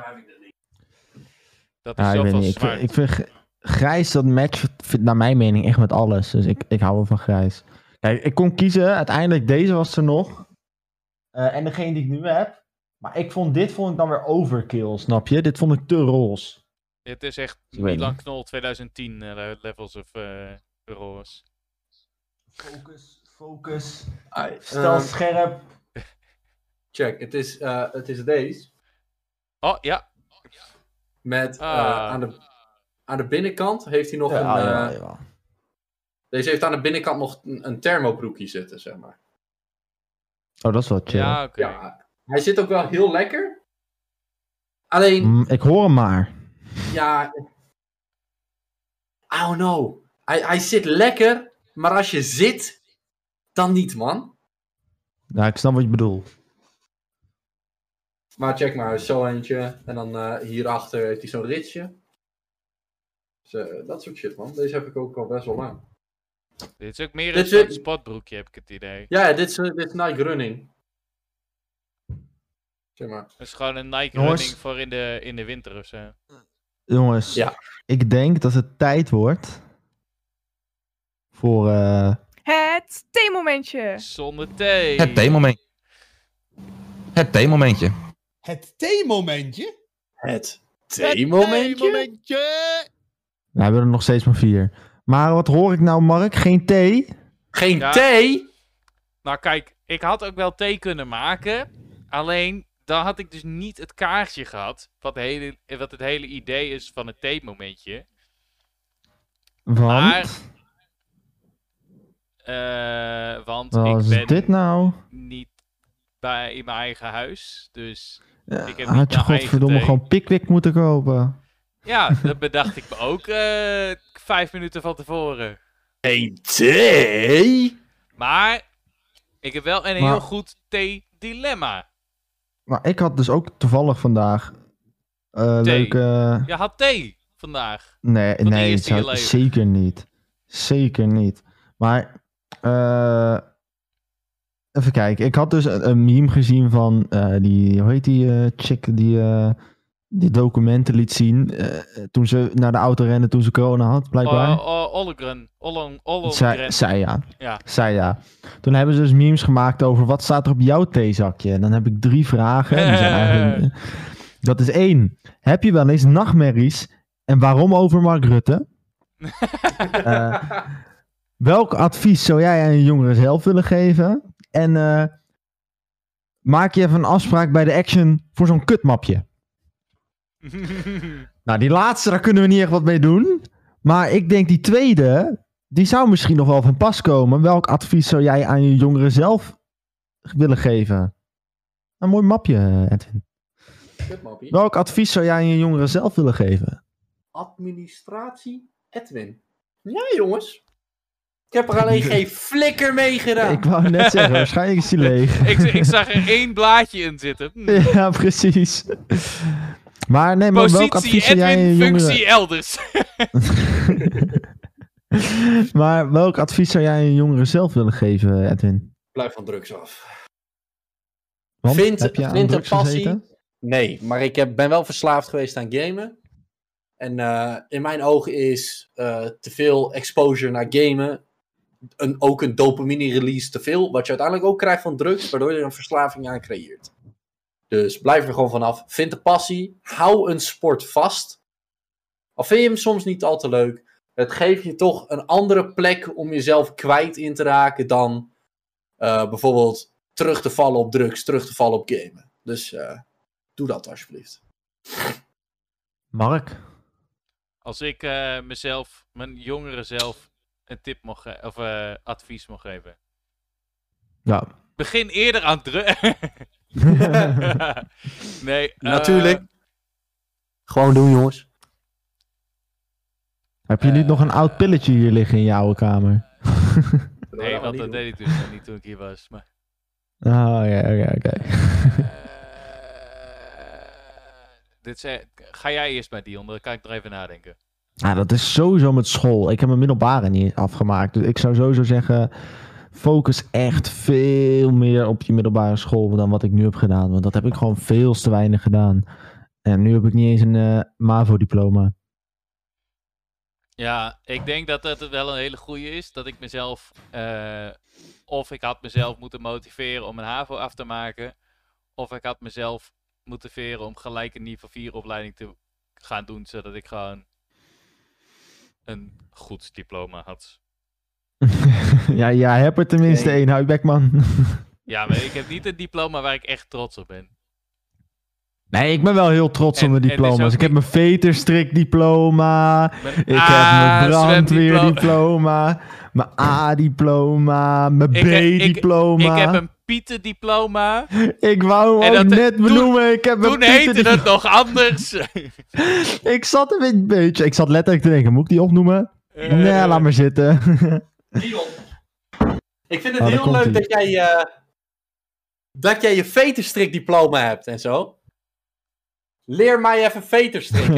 S2: Dat is
S1: Ja, ik weet
S2: zoveel
S1: niet.
S2: zwart.
S1: Ik vind grijs, dat matcht naar mijn mening echt met alles. Dus ik hou wel van grijs. Kijk, ik kon kiezen. Uiteindelijk, deze was er nog. En degene die ik nu heb. Maar dit vond ik dan weer overkill, snap je? Dit vond ik te roze.
S2: Het is echt
S1: Ik weet
S2: Milan
S1: niet.
S2: Knol 2010 levels of roos.
S1: Focus.
S3: Ai,
S1: Stel scherp.
S3: check, het is deze.
S2: Oh, ja.
S3: Met
S2: Ah.
S3: aan de binnenkant heeft hij nog
S1: Ja.
S3: Deze heeft aan de binnenkant nog een thermobroekje zitten, zeg maar.
S1: Oh, dat is wel chill.
S2: Ja, oké.
S3: Ja, hij zit ook wel heel lekker. Alleen,
S1: Ik hoor hem maar.
S3: ja... I don't know. Hij zit lekker, maar als je zit, dan niet, man.
S1: Ja, ik snap wat je bedoelt.
S3: Maar check maar, zo eentje. En dan hierachter heeft hij zo'n ritsje. Dus, dat soort shit, man. Deze heb ik ook al best wel lang.
S2: Dit is ook meer
S3: Dit
S2: een soort
S3: is-
S2: sportbroekje, heb ik het idee.
S3: Ja, dit is Nike Running. Zeg maar.
S2: Het is gewoon een Nike
S1: Jongens.
S2: running voor in de winter of zo.
S1: Jongens,
S3: Ja.
S1: ik denk dat het tijd wordt voor...
S4: Het theemomentje.
S2: Zonder thee.
S5: Het theemomentje. Het theemomentje.
S6: Het theemomentje?
S3: Het theemomentje?
S1: We hebben er nog steeds maar 4. Maar wat hoor ik nou, Mark? Geen thee?
S3: Geen
S2: Ja.
S3: thee?
S2: Nou kijk, ik had ook wel thee kunnen maken. Alleen, dan had ik dus niet het kaartje gehad. Wat het hele idee is van het theemomentje.
S1: Want?
S2: Want
S1: Wat
S2: ik
S1: is
S2: ben
S1: dit nou?
S2: niet in mijn eigen huis. Dus
S1: Ja,
S2: ik heb
S1: had
S2: niet
S1: je
S2: mijn eigen
S1: godverdomme
S2: thee.
S1: gewoon Pickwick moeten kopen?
S2: ja, dat bedacht ik me ook 5 minuten van tevoren.
S3: Geen thee?
S2: Maar ik heb wel een
S1: Maar-
S2: heel goed thee-dilemma.
S1: Maar ik had dus ook toevallig vandaag leuke...
S2: Je had thee vandaag.
S1: Nee,
S2: de
S1: nee,
S2: eerste in je leven.
S1: zeker niet. Zeker niet. Maar, even kijken. Ik had dus een meme gezien van hoe heet die chick die documenten liet zien toen ze naar de auto rende toen ze corona had, blijkbaar.
S2: Ollengren.
S1: Zij ja.
S2: Ja.
S1: Zij ja. Toen hebben ze dus memes gemaakt over wat staat er op jouw theezakje. En dan heb ik 3 vragen. Die zijn eigenlijk, dat is 1. Heb je wel eens nachtmerries? En waarom over Mark Rutte? Welk advies zou jij aan je jongeren zelf willen geven? En maak je even een afspraak bij de Action voor zo'n kutmapje? Nou, die laatste, daar kunnen we niet echt wat mee doen. Maar ik denk die tweede, die zou misschien nog wel van pas komen. Welk advies zou jij aan je jongeren zelf willen geven? Een mooi mapje, Edwin.
S3: Kutmappie.
S1: Welk advies zou jij aan je jongeren zelf willen geven?
S3: Administratie Edwin. Ja, jongens. Ik heb er alleen geen flikker mee gedaan.
S1: Ik wou net zeggen, waarschijnlijk is die leeg.
S2: ik zag er 1 blaadje in zitten.
S1: Ja, precies. Maar nee, maar welk
S2: Positie
S1: advies zou jij
S2: Edwin,
S1: een jongere...
S2: functie elders.
S1: Maar welk advies zou jij een jongere zelf willen geven, Edwin?
S3: Blijf van drugs af.
S1: Want,
S3: Vind
S1: heb je aan
S3: een
S1: drugs
S3: passie.
S1: gezeten?
S3: Nee, maar ik ben wel verslaafd geweest aan gamen. En in mijn ogen is te veel exposure naar gamen ook een dopamine release te veel. Wat je uiteindelijk ook krijgt van drugs, waardoor je er een verslaving aan creëert. Dus blijf er gewoon vanaf. Vind de passie. Hou een sport vast. Al vind je hem soms niet al te leuk. Het geeft je toch een andere plek om jezelf kwijt in te raken dan bijvoorbeeld terug te vallen op drugs, terug te vallen op gamen. Dus doe dat alsjeblieft.
S1: Mark?
S2: Als ik mijn jongere zelf een tip mocht of advies mocht geven.
S1: Ja.
S2: Begin eerder aan Nee.
S3: Natuurlijk. Gewoon doen, jongens.
S1: Heb je niet nog een oud pilletje hier liggen in je oude kamer?
S2: Nee, want dat deed ik dus nog niet toen ik hier was. Maar...
S1: Oké.
S2: Ga jij eerst bij Dion, dan kan ik er even nadenken.
S1: Ja, dat is sowieso met school. Ik heb mijn middelbare niet afgemaakt. Dus ik zou sowieso zeggen, focus echt veel meer op je middelbare school dan wat ik nu heb gedaan. Want dat heb ik gewoon veel te weinig gedaan. En nu heb ik niet eens een MAVO-diploma.
S2: Ja, ik denk dat het wel een hele goede is. Dat ik mezelf... of ik had mezelf moeten motiveren om een HAVO af te maken. Of ik had mezelf motiveren om gelijk een niveau 4 opleiding te gaan doen. Zodat ik gewoon een goed diploma had.
S1: Ja, heb er tenminste één, Huidbek, man.
S2: Ja, maar ik heb niet een diploma waar ik echt trots op ben.
S1: Nee, ik ben wel heel trots op mijn
S2: het is
S1: diploma's.
S2: ook
S1: Ik heb
S2: niet-
S1: mijn veterstrik-diploma.
S2: Mijn
S1: Ik heb mijn
S2: zwemdiploma.
S1: brandweerdiploma. Mijn A-diploma. Mijn B-diploma.
S2: Ik heb een Pieter-diploma.
S1: Ik wou
S2: En
S1: hem ook
S2: dat-
S1: net
S2: toen-
S1: benoemen. Ik heb
S2: Toen heette het nog anders.
S1: Ik zat een beetje... Ik zat letterlijk te denken, moet ik die opnoemen? Nee, laat maar zitten.
S3: Dion. Ik vind het
S1: daar
S3: heel
S1: komt
S3: leuk
S1: ie.
S3: dat jij je veterstrikdiploma hebt en zo. Leer mij even veterstrikken.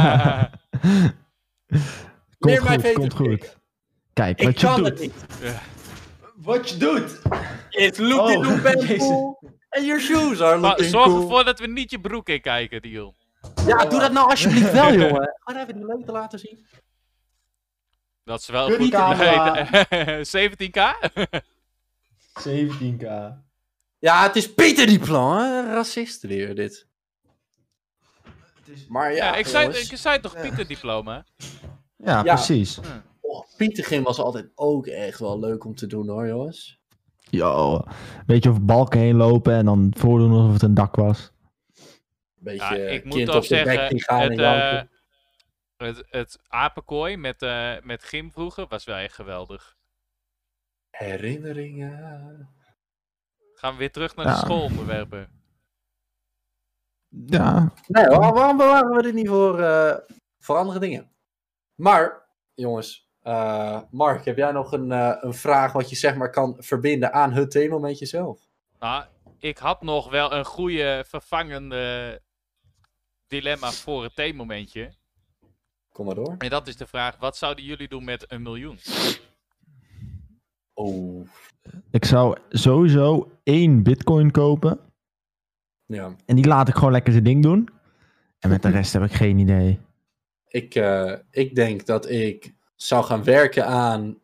S3: Leer mij
S1: Komt
S3: veterstrikken.
S1: goed. Kijk,
S3: Ik
S1: wat je
S3: kan
S1: doet.
S3: het niet.
S1: Wat je doet.
S3: It's looking
S1: Oh,
S3: very
S1: jezus.
S3: cool. And your shoes are looking
S2: Zorg
S3: cool.
S2: ervoor dat we niet je broek in kijken, Dion.
S3: Ja, doe dat nou alsjeblieft wel, jongen. Gewoon even die leuk te laten zien.
S2: Dat is wel
S1: Jullie
S2: goed.
S1: camera.
S2: 17k?
S1: 17k.
S3: Ja, het is Pieter diploma. Racist weer, dit. Maar ja,
S2: Ja, ik zei toch Pieter-diploma?
S1: Ja, precies.
S3: Pietergym was altijd ook echt wel leuk om te doen, hoor, jongens.
S1: Yo, weet je over balken heen lopen en dan voordoen alsof het een dak was.
S3: Beetje
S2: Ja, ik moet
S3: kind
S2: toch
S3: op de bek
S2: zeggen,
S3: die gaan en janken.
S2: het apenkooi met gym vroeger was wel echt geweldig.
S3: Herinneringen.
S2: Gaan we weer terug naar
S1: Ja.
S2: de schoolonderwerpen.
S1: Ja.
S3: Nee, waarom bewaren we dit niet voor andere dingen? Maar, jongens, Mark, heb jij nog een vraag wat je zeg maar kan verbinden aan het thema met jezelf?
S2: Nou, ik had nog wel een goede vervangende dilemma voor het theemomentje.
S3: Kom maar door.
S2: En dat is de vraag, wat zouden jullie doen met 1 miljoen?
S3: Oh,
S1: Ik zou sowieso 1 bitcoin kopen.
S3: ja.
S1: En die laat ik gewoon lekker zijn ding doen. En met de rest heb ik geen idee.
S3: Ik denk dat ik zou gaan werken aan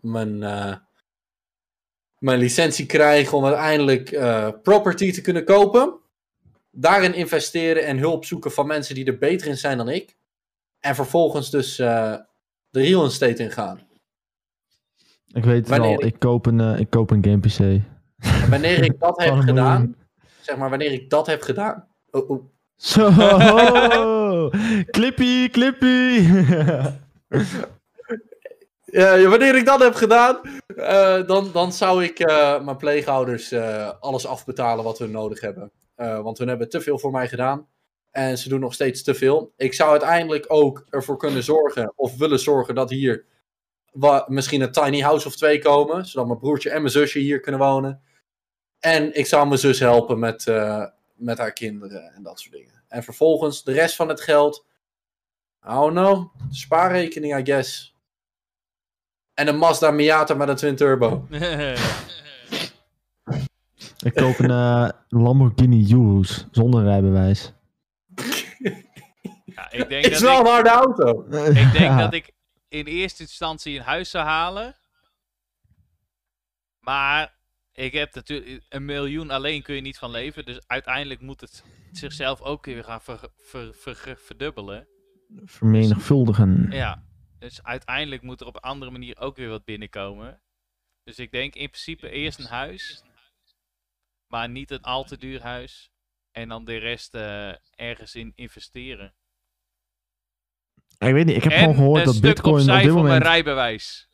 S3: mijn licentie krijgen om uiteindelijk property te kunnen kopen. Daarin investeren en hulp zoeken van mensen die er beter in zijn dan ik. En vervolgens dus de real estate in gaan.
S1: Ik weet het
S3: Wanneer
S1: al, ik koop een game PC.
S3: En wanneer ik dat heb
S1: Van 1
S3: gedaan,
S1: miljoen.
S3: zeg maar wanneer ik dat heb gedaan. Oh.
S1: Zo, Clippy.
S3: Ja, wanneer ik dat heb gedaan, dan zou ik mijn pleegouders alles afbetalen wat we nodig hebben. Want hun hebben te veel voor mij gedaan. En ze doen nog steeds te veel. Ik zou uiteindelijk ook ervoor kunnen zorgen, of willen zorgen, dat hier misschien een tiny house of 2 komen. Zodat mijn broertje en mijn zusje hier kunnen wonen. En ik zou mijn zus helpen met haar kinderen en dat soort dingen. En vervolgens de rest van het geld. Oh no, spaarrekening, I guess. En een Mazda Miata met een Twin Turbo.
S1: Ik koop een Lamborghini Urus zonder rijbewijs.
S2: Ja, ik denk
S3: Het is
S2: dat
S3: wel een harde auto.
S2: ik denk dat ik in eerste instantie een huis zou halen. Maar ik heb natuurlijk 1 miljoen alleen kun je niet van leven. Dus uiteindelijk moet het zichzelf ook weer gaan verdubbelen.
S1: Vermenigvuldigen.
S2: Ja, dus uiteindelijk moet er op een andere manier ook weer wat binnenkomen. Dus ik denk in principe eerst een huis. Maar niet een al te duur huis. En dan de rest ergens in investeren.
S1: Ik weet niet, ik heb
S2: En
S1: gewoon gehoord
S2: een
S1: dat
S2: stuk
S1: Bitcoin op
S2: opzij
S1: dit
S2: voor mijn
S1: moment...
S2: rijbewijs.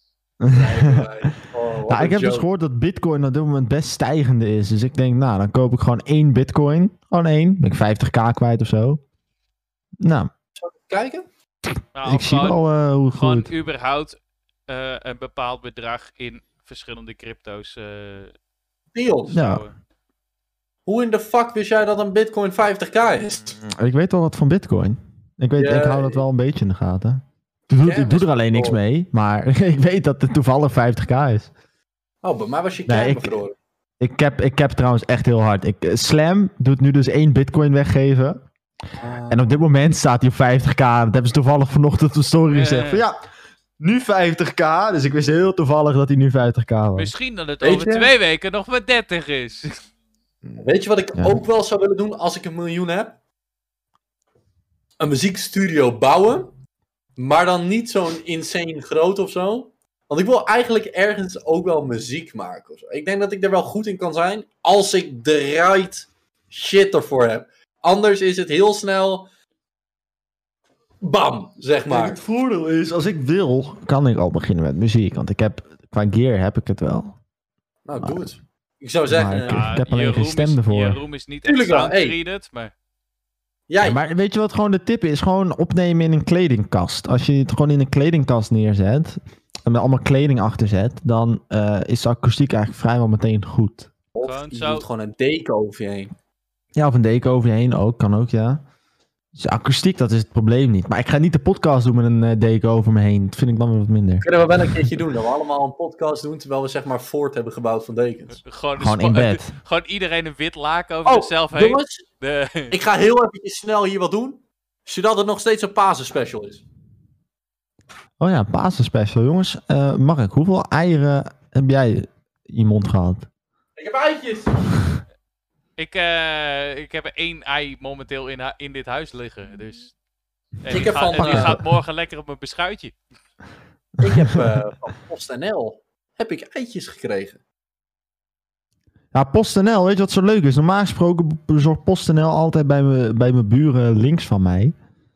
S1: Ja, ik heb dus gehoord dat Bitcoin op dit moment best stijgende is. Dus ik denk, nou, dan koop ik gewoon 1 Bitcoin. Gewoon 1. Ben ik 50k kwijt of zo. Nou,
S3: Kijken?
S2: Nou,
S1: ik zie
S2: gewoon-
S1: wel hoe het
S2: Gewoon
S1: groeit.
S2: überhaupt een bepaald bedrag in verschillende crypto's
S3: Dion,
S1: Ja.
S2: houden.
S3: hoe in de fuck wist jij dat een bitcoin 50k is?
S1: Ik weet wel wat van Bitcoin. Ik
S3: Ja,
S1: hou dat wel een beetje in de gaten. Ik doe er alleen niks mee, maar ik weet dat het toevallig 50k is.
S3: Oh, bij mij was je
S1: Nee,
S3: kern
S1: ik-
S3: bevroren.
S1: Ik heb trouwens echt heel hard. Slam doet nu dus 1 Bitcoin weggeven. En op dit moment staat hij op 50k. Dat hebben ze toevallig vanochtend op de story gezegd. Van ja, nu 50k. Dus ik wist heel toevallig dat hij nu 50k was.
S2: Misschien dat het
S3: Weet
S2: over
S3: je?
S2: 2 weken nog maar 30 is.
S3: Weet je wat ik
S1: Ja.
S3: ook wel zou willen doen als ik 1 miljoen heb? Een muziekstudio bouwen. Maar dan niet zo'n insane groot of zo. Want ik wil eigenlijk ergens ook wel muziek maken of zo. Ik denk dat ik er wel goed in kan zijn. Als ik de right shit ervoor heb. Anders is het heel snel... Bam, zeg
S1: Kijk,
S3: maar.
S1: het voordeel is, als ik wil, kan ik al beginnen met muziek. Want qua gear heb ik het wel.
S3: Nou, doe het. Ik zou zeggen...
S1: Maar ik heb alleen geen stem ervoor.
S2: Jeroen is niet echt
S3: Tuurlijk wel,
S2: sound
S3: hey.
S2: treated, maar...
S3: jij...
S1: Ja, maar weet je wat gewoon de tip is? Gewoon opnemen in een kledingkast. Als je het gewoon in een kledingkast neerzet en er allemaal kleding achter zet, dan is de akoestiek eigenlijk vrijwel meteen goed.
S3: Of
S2: Gewoon
S3: je
S2: zo.
S3: doet gewoon een deken over je heen.
S1: Ja, of een deken over je heen ook, kan ook, ja. Dus akoestiek, dat is het probleem niet. Maar ik ga niet de podcast doen met een deken over me heen. Dat vind ik dan weer wat minder.
S3: Kunnen we wel een keertje doen. Dat we allemaal een podcast doen terwijl we zeg maar fort hebben gebouwd van dekens.
S1: Gewoon in bed.
S2: Gewoon iedereen een wit laken over
S3: Oh,
S2: zichzelf heen.
S3: jongens.
S2: De...
S3: Ik ga heel even snel hier wat doen. Zodat het nog steeds een Pasen special is.
S1: Oh ja, Pasen special. Jongens, Mark, hoeveel eieren heb jij in je mond gehad?
S3: Ik heb eitjes.
S2: Ik heb er 1 ei momenteel in dit huis liggen. Dus... En
S3: Ik heb van,
S2: die gaat morgen lekker op mijn beschuitje.
S3: Ik heb van PostNL heb ik eitjes gekregen.
S1: Ja, PostNL, weet je wat zo leuk is? Normaal gesproken bezorgt PostNL altijd bij mijn buren links van mij.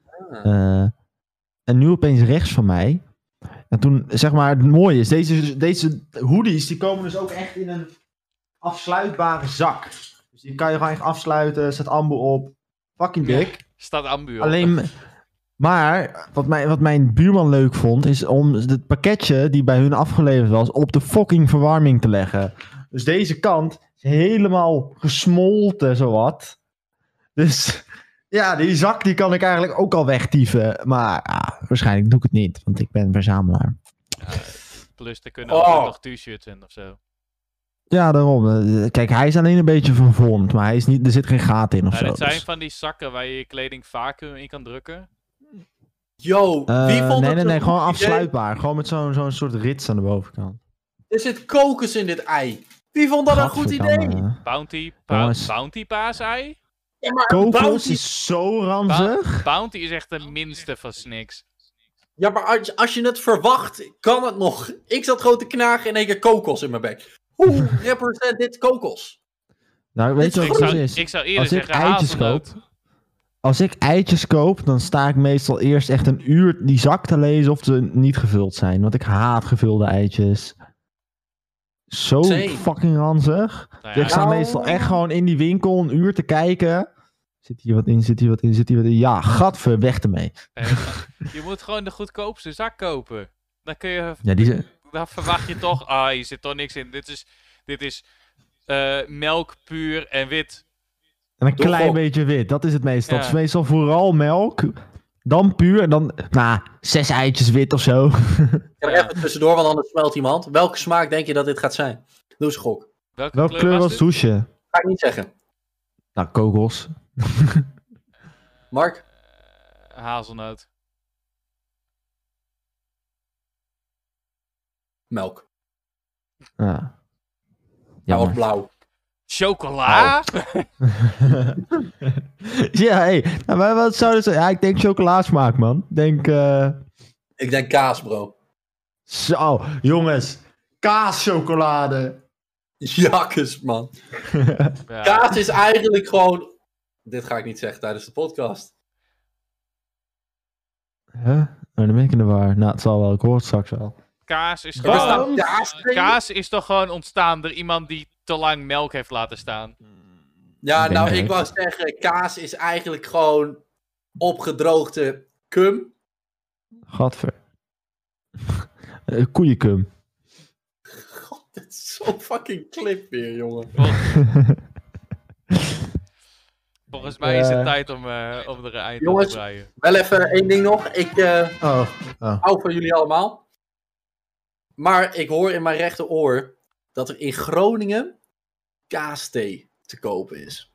S1: En nu opeens rechts van mij. En toen, zeg maar, het mooie is, deze hoodies, die komen dus ook echt in een afsluitbare zak. Dus die kan je gewoon echt afsluiten, staat amber op. Fucking dik.
S2: Staat ambu op.
S1: Alleen, maar wat mijn buurman leuk vond, is om het pakketje die bij hun afgeleverd was, op de fucking verwarming te leggen. Dus deze kant is helemaal gesmolten, zowat. Dus ja, die zak die kan ik eigenlijk ook al wegtieven. Maar waarschijnlijk doe ik het niet, want ik ben verzamelaar.
S2: Plus, er kunnen
S3: Oh.
S2: ook nog t-shirts in of zo.
S1: Ja, daarom. Kijk, hij is alleen een beetje vervormd, maar hij is niet, er zit geen gaten in of
S2: Nou,
S1: zo.
S2: dit zijn
S1: dus.
S2: van die zakken waar je je kleding vacuüm in kan drukken.
S3: Yo, wie vond
S1: nee,
S3: dat zo'n
S1: gewoon
S3: goed idee?
S1: afsluitbaar. Gewoon met zo'n soort rits aan de bovenkant.
S3: Er zit kokos in dit ei. Wie vond dat een goed idee?
S1: Gadverdamme.
S2: Bounty,
S1: Jongens.
S2: bounty paasei.
S3: Ja, maar
S1: Kokos
S3: Bounty-
S1: is zo ranzig.
S2: Bounty is echt de minste van Snicks.
S3: Ja, maar als je het verwacht, kan het nog. Ik zat gewoon te knagen in één keer kokos in mijn bek. Hoe represent dit kokos?
S1: Nou, weet je
S2: Ik
S1: wat het
S2: zou,
S1: is?
S2: ik zou eerder
S1: Als ik
S2: zeggen
S1: eitjes
S2: hazelnoot.
S1: Als ik eitjes koop, dan sta ik meestal eerst echt een uur die zak te lezen of ze niet gevuld zijn. Want ik haat gevulde eitjes. Zo
S3: Same.
S1: fucking ranzig.
S2: Nou
S1: Ik sta
S3: Nou.
S1: meestal echt gewoon in die winkel een uur te kijken. Zit hier wat in, zit hier wat in, zit hier wat in. Ja, gadver, weg ermee.
S2: Je moet gewoon de goedkoopste zak kopen. Dan kun je...
S1: Ja,
S2: Dan verwacht je toch... hier zit toch niks in. Dit is melk puur en wit.
S1: En een
S3: Doe
S1: klein
S3: gok.
S1: beetje wit. Dat is het meestal.
S2: Ja.
S1: Het is meestal vooral melk. Dan puur. En dan, 6 eitjes wit of zo.
S3: Ik ga er even tussendoor, want anders smelt iemand. Welke smaak denk je dat dit gaat zijn? Doe eens gok.
S2: Welke
S1: Welke kleur was het
S2: dit?
S1: hoesje?
S3: Ga ik niet zeggen.
S1: Nou, kogels.
S3: Mark?
S2: Hazelnoot.
S3: Melk.
S1: Ja.
S3: Hij was
S1: Jammer.
S3: blauw.
S2: Chocola?
S1: Ja, hé. Nou, maar wat zou dat zijn? Ja, ik denk chocoladesmaak, man. Ik denk...
S3: Ik denk kaas, bro.
S1: Zo, jongens. Kaaschocolade.
S3: Jakkes, man.
S2: Ja.
S3: Kaas is eigenlijk gewoon... Dit ga ik niet zeggen tijdens de podcast.
S1: Huh? Oh, dan ben ik in de war. Nou, het zal wel. Ik hoor het straks wel.
S2: Kaas is
S3: Er
S2: gewoon...
S3: bestaat kaas.
S2: Kaas is toch gewoon ontstaan door iemand die te lang melk heeft laten staan.
S3: Ja,
S1: Ik
S3: nou,
S1: denk
S3: ik
S1: het.
S3: wou zeggen, kaas is eigenlijk gewoon opgedroogde cum.
S1: Gadver. Koeienkum.
S3: God, dit is zo'n fucking clip weer, jongen.
S2: Volgens mij is het tijd om er een eind aan
S3: Jongens.
S2: te breien.
S3: Wel even één ding nog. Ik
S1: Oh.
S3: hou van jullie allemaal. Maar ik hoor in mijn rechteroor dat er in Groningen kaasthee te kopen is.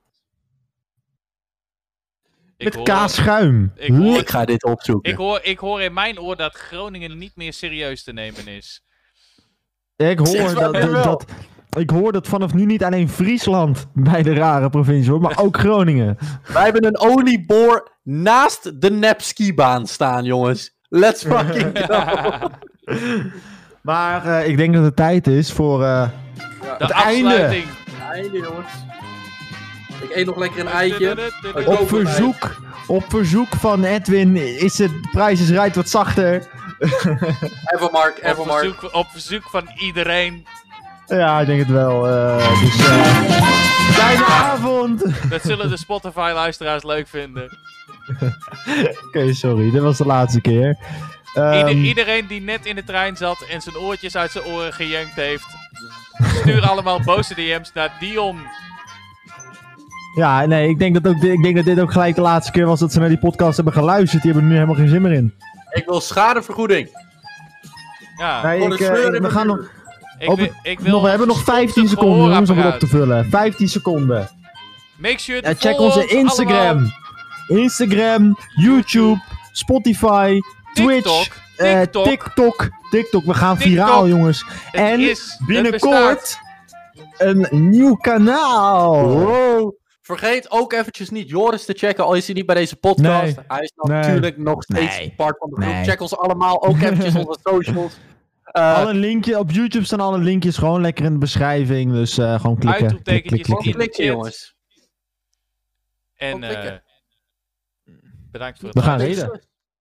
S1: Met kaasschuim.
S2: ik hoor-
S3: Ik ga dit opzoeken.
S2: Ik hoor in mijn oor dat Groningen niet meer serieus te nemen is.
S1: Ik hoor
S3: Zeg maar
S1: dat,
S3: wel.
S1: ik hoor dat vanaf nu niet alleen Friesland bij de rare provincie hoort, maar ook Groningen.
S3: Wij hebben een olieboor naast de Nepski-baan staan, jongens. Let's fucking go.
S1: Maar ik denk dat het tijd is voor...
S2: De
S1: Het einde.
S2: afsluiting.
S3: Einde, jongens. Ik eet nog lekker een eitje.
S1: Op verzoek van Edwin is de Prijs is Right wat zachter.
S3: Even Mark,
S2: Op verzoek van iedereen.
S1: Ja, ik denk het wel. Fijne avond!
S2: Dat zullen de Spotify-luisteraars leuk vinden.
S1: Oké, sorry. Dit was de laatste keer.
S2: Iedereen die net in de trein zat en zijn oortjes uit zijn oren gejankt heeft. Stuur allemaal boze DM's naar Dion.
S1: Ja, nee, ik denk dat dit ook gelijk de laatste keer was dat ze naar die podcast hebben geluisterd. Die hebben er nu helemaal geen zin meer in.
S3: Ik wil schadevergoeding.
S2: Ja,
S1: Nee,
S3: voor de sleur in
S1: we gaan
S3: mijn
S1: nog...
S2: ik wil
S1: we hebben nog 15 seconden jongens om het op te vullen. 15 seconden.
S2: Make sure
S1: Ja,
S2: to
S1: check
S2: follow
S1: onze
S2: ons
S1: Instagram.
S2: allemaal.
S1: Instagram, YouTube, Spotify, Twitch,
S2: TikTok.
S1: TikTok. We gaan
S2: TikTok.
S1: viraal, jongens.
S2: Het
S1: En
S2: is, het
S1: binnenkort
S2: bestaat.
S1: een nieuw kanaal.
S3: Wow. Vergeet ook eventjes niet Joris te checken, al is hij niet bij deze podcast.
S1: Nee.
S3: Hij is
S1: Nee.
S3: natuurlijk nog steeds
S1: Nee.
S3: part van de groep.
S1: Nee.
S3: Check ons allemaal, ook eventjes onze socials.
S1: Alle linkjes, op YouTube staan alle linkjes gewoon lekker in de beschrijving. Dus gewoon klikken.
S2: Uitroeptekentjes
S1: Klik, klik,
S2: in
S1: klik.
S2: de
S3: klikken,
S2: chat.
S3: jongens.
S2: En
S3: Gewoon klikken.
S2: bedankt voor het
S1: We gaan
S2: luisteren.
S1: reden.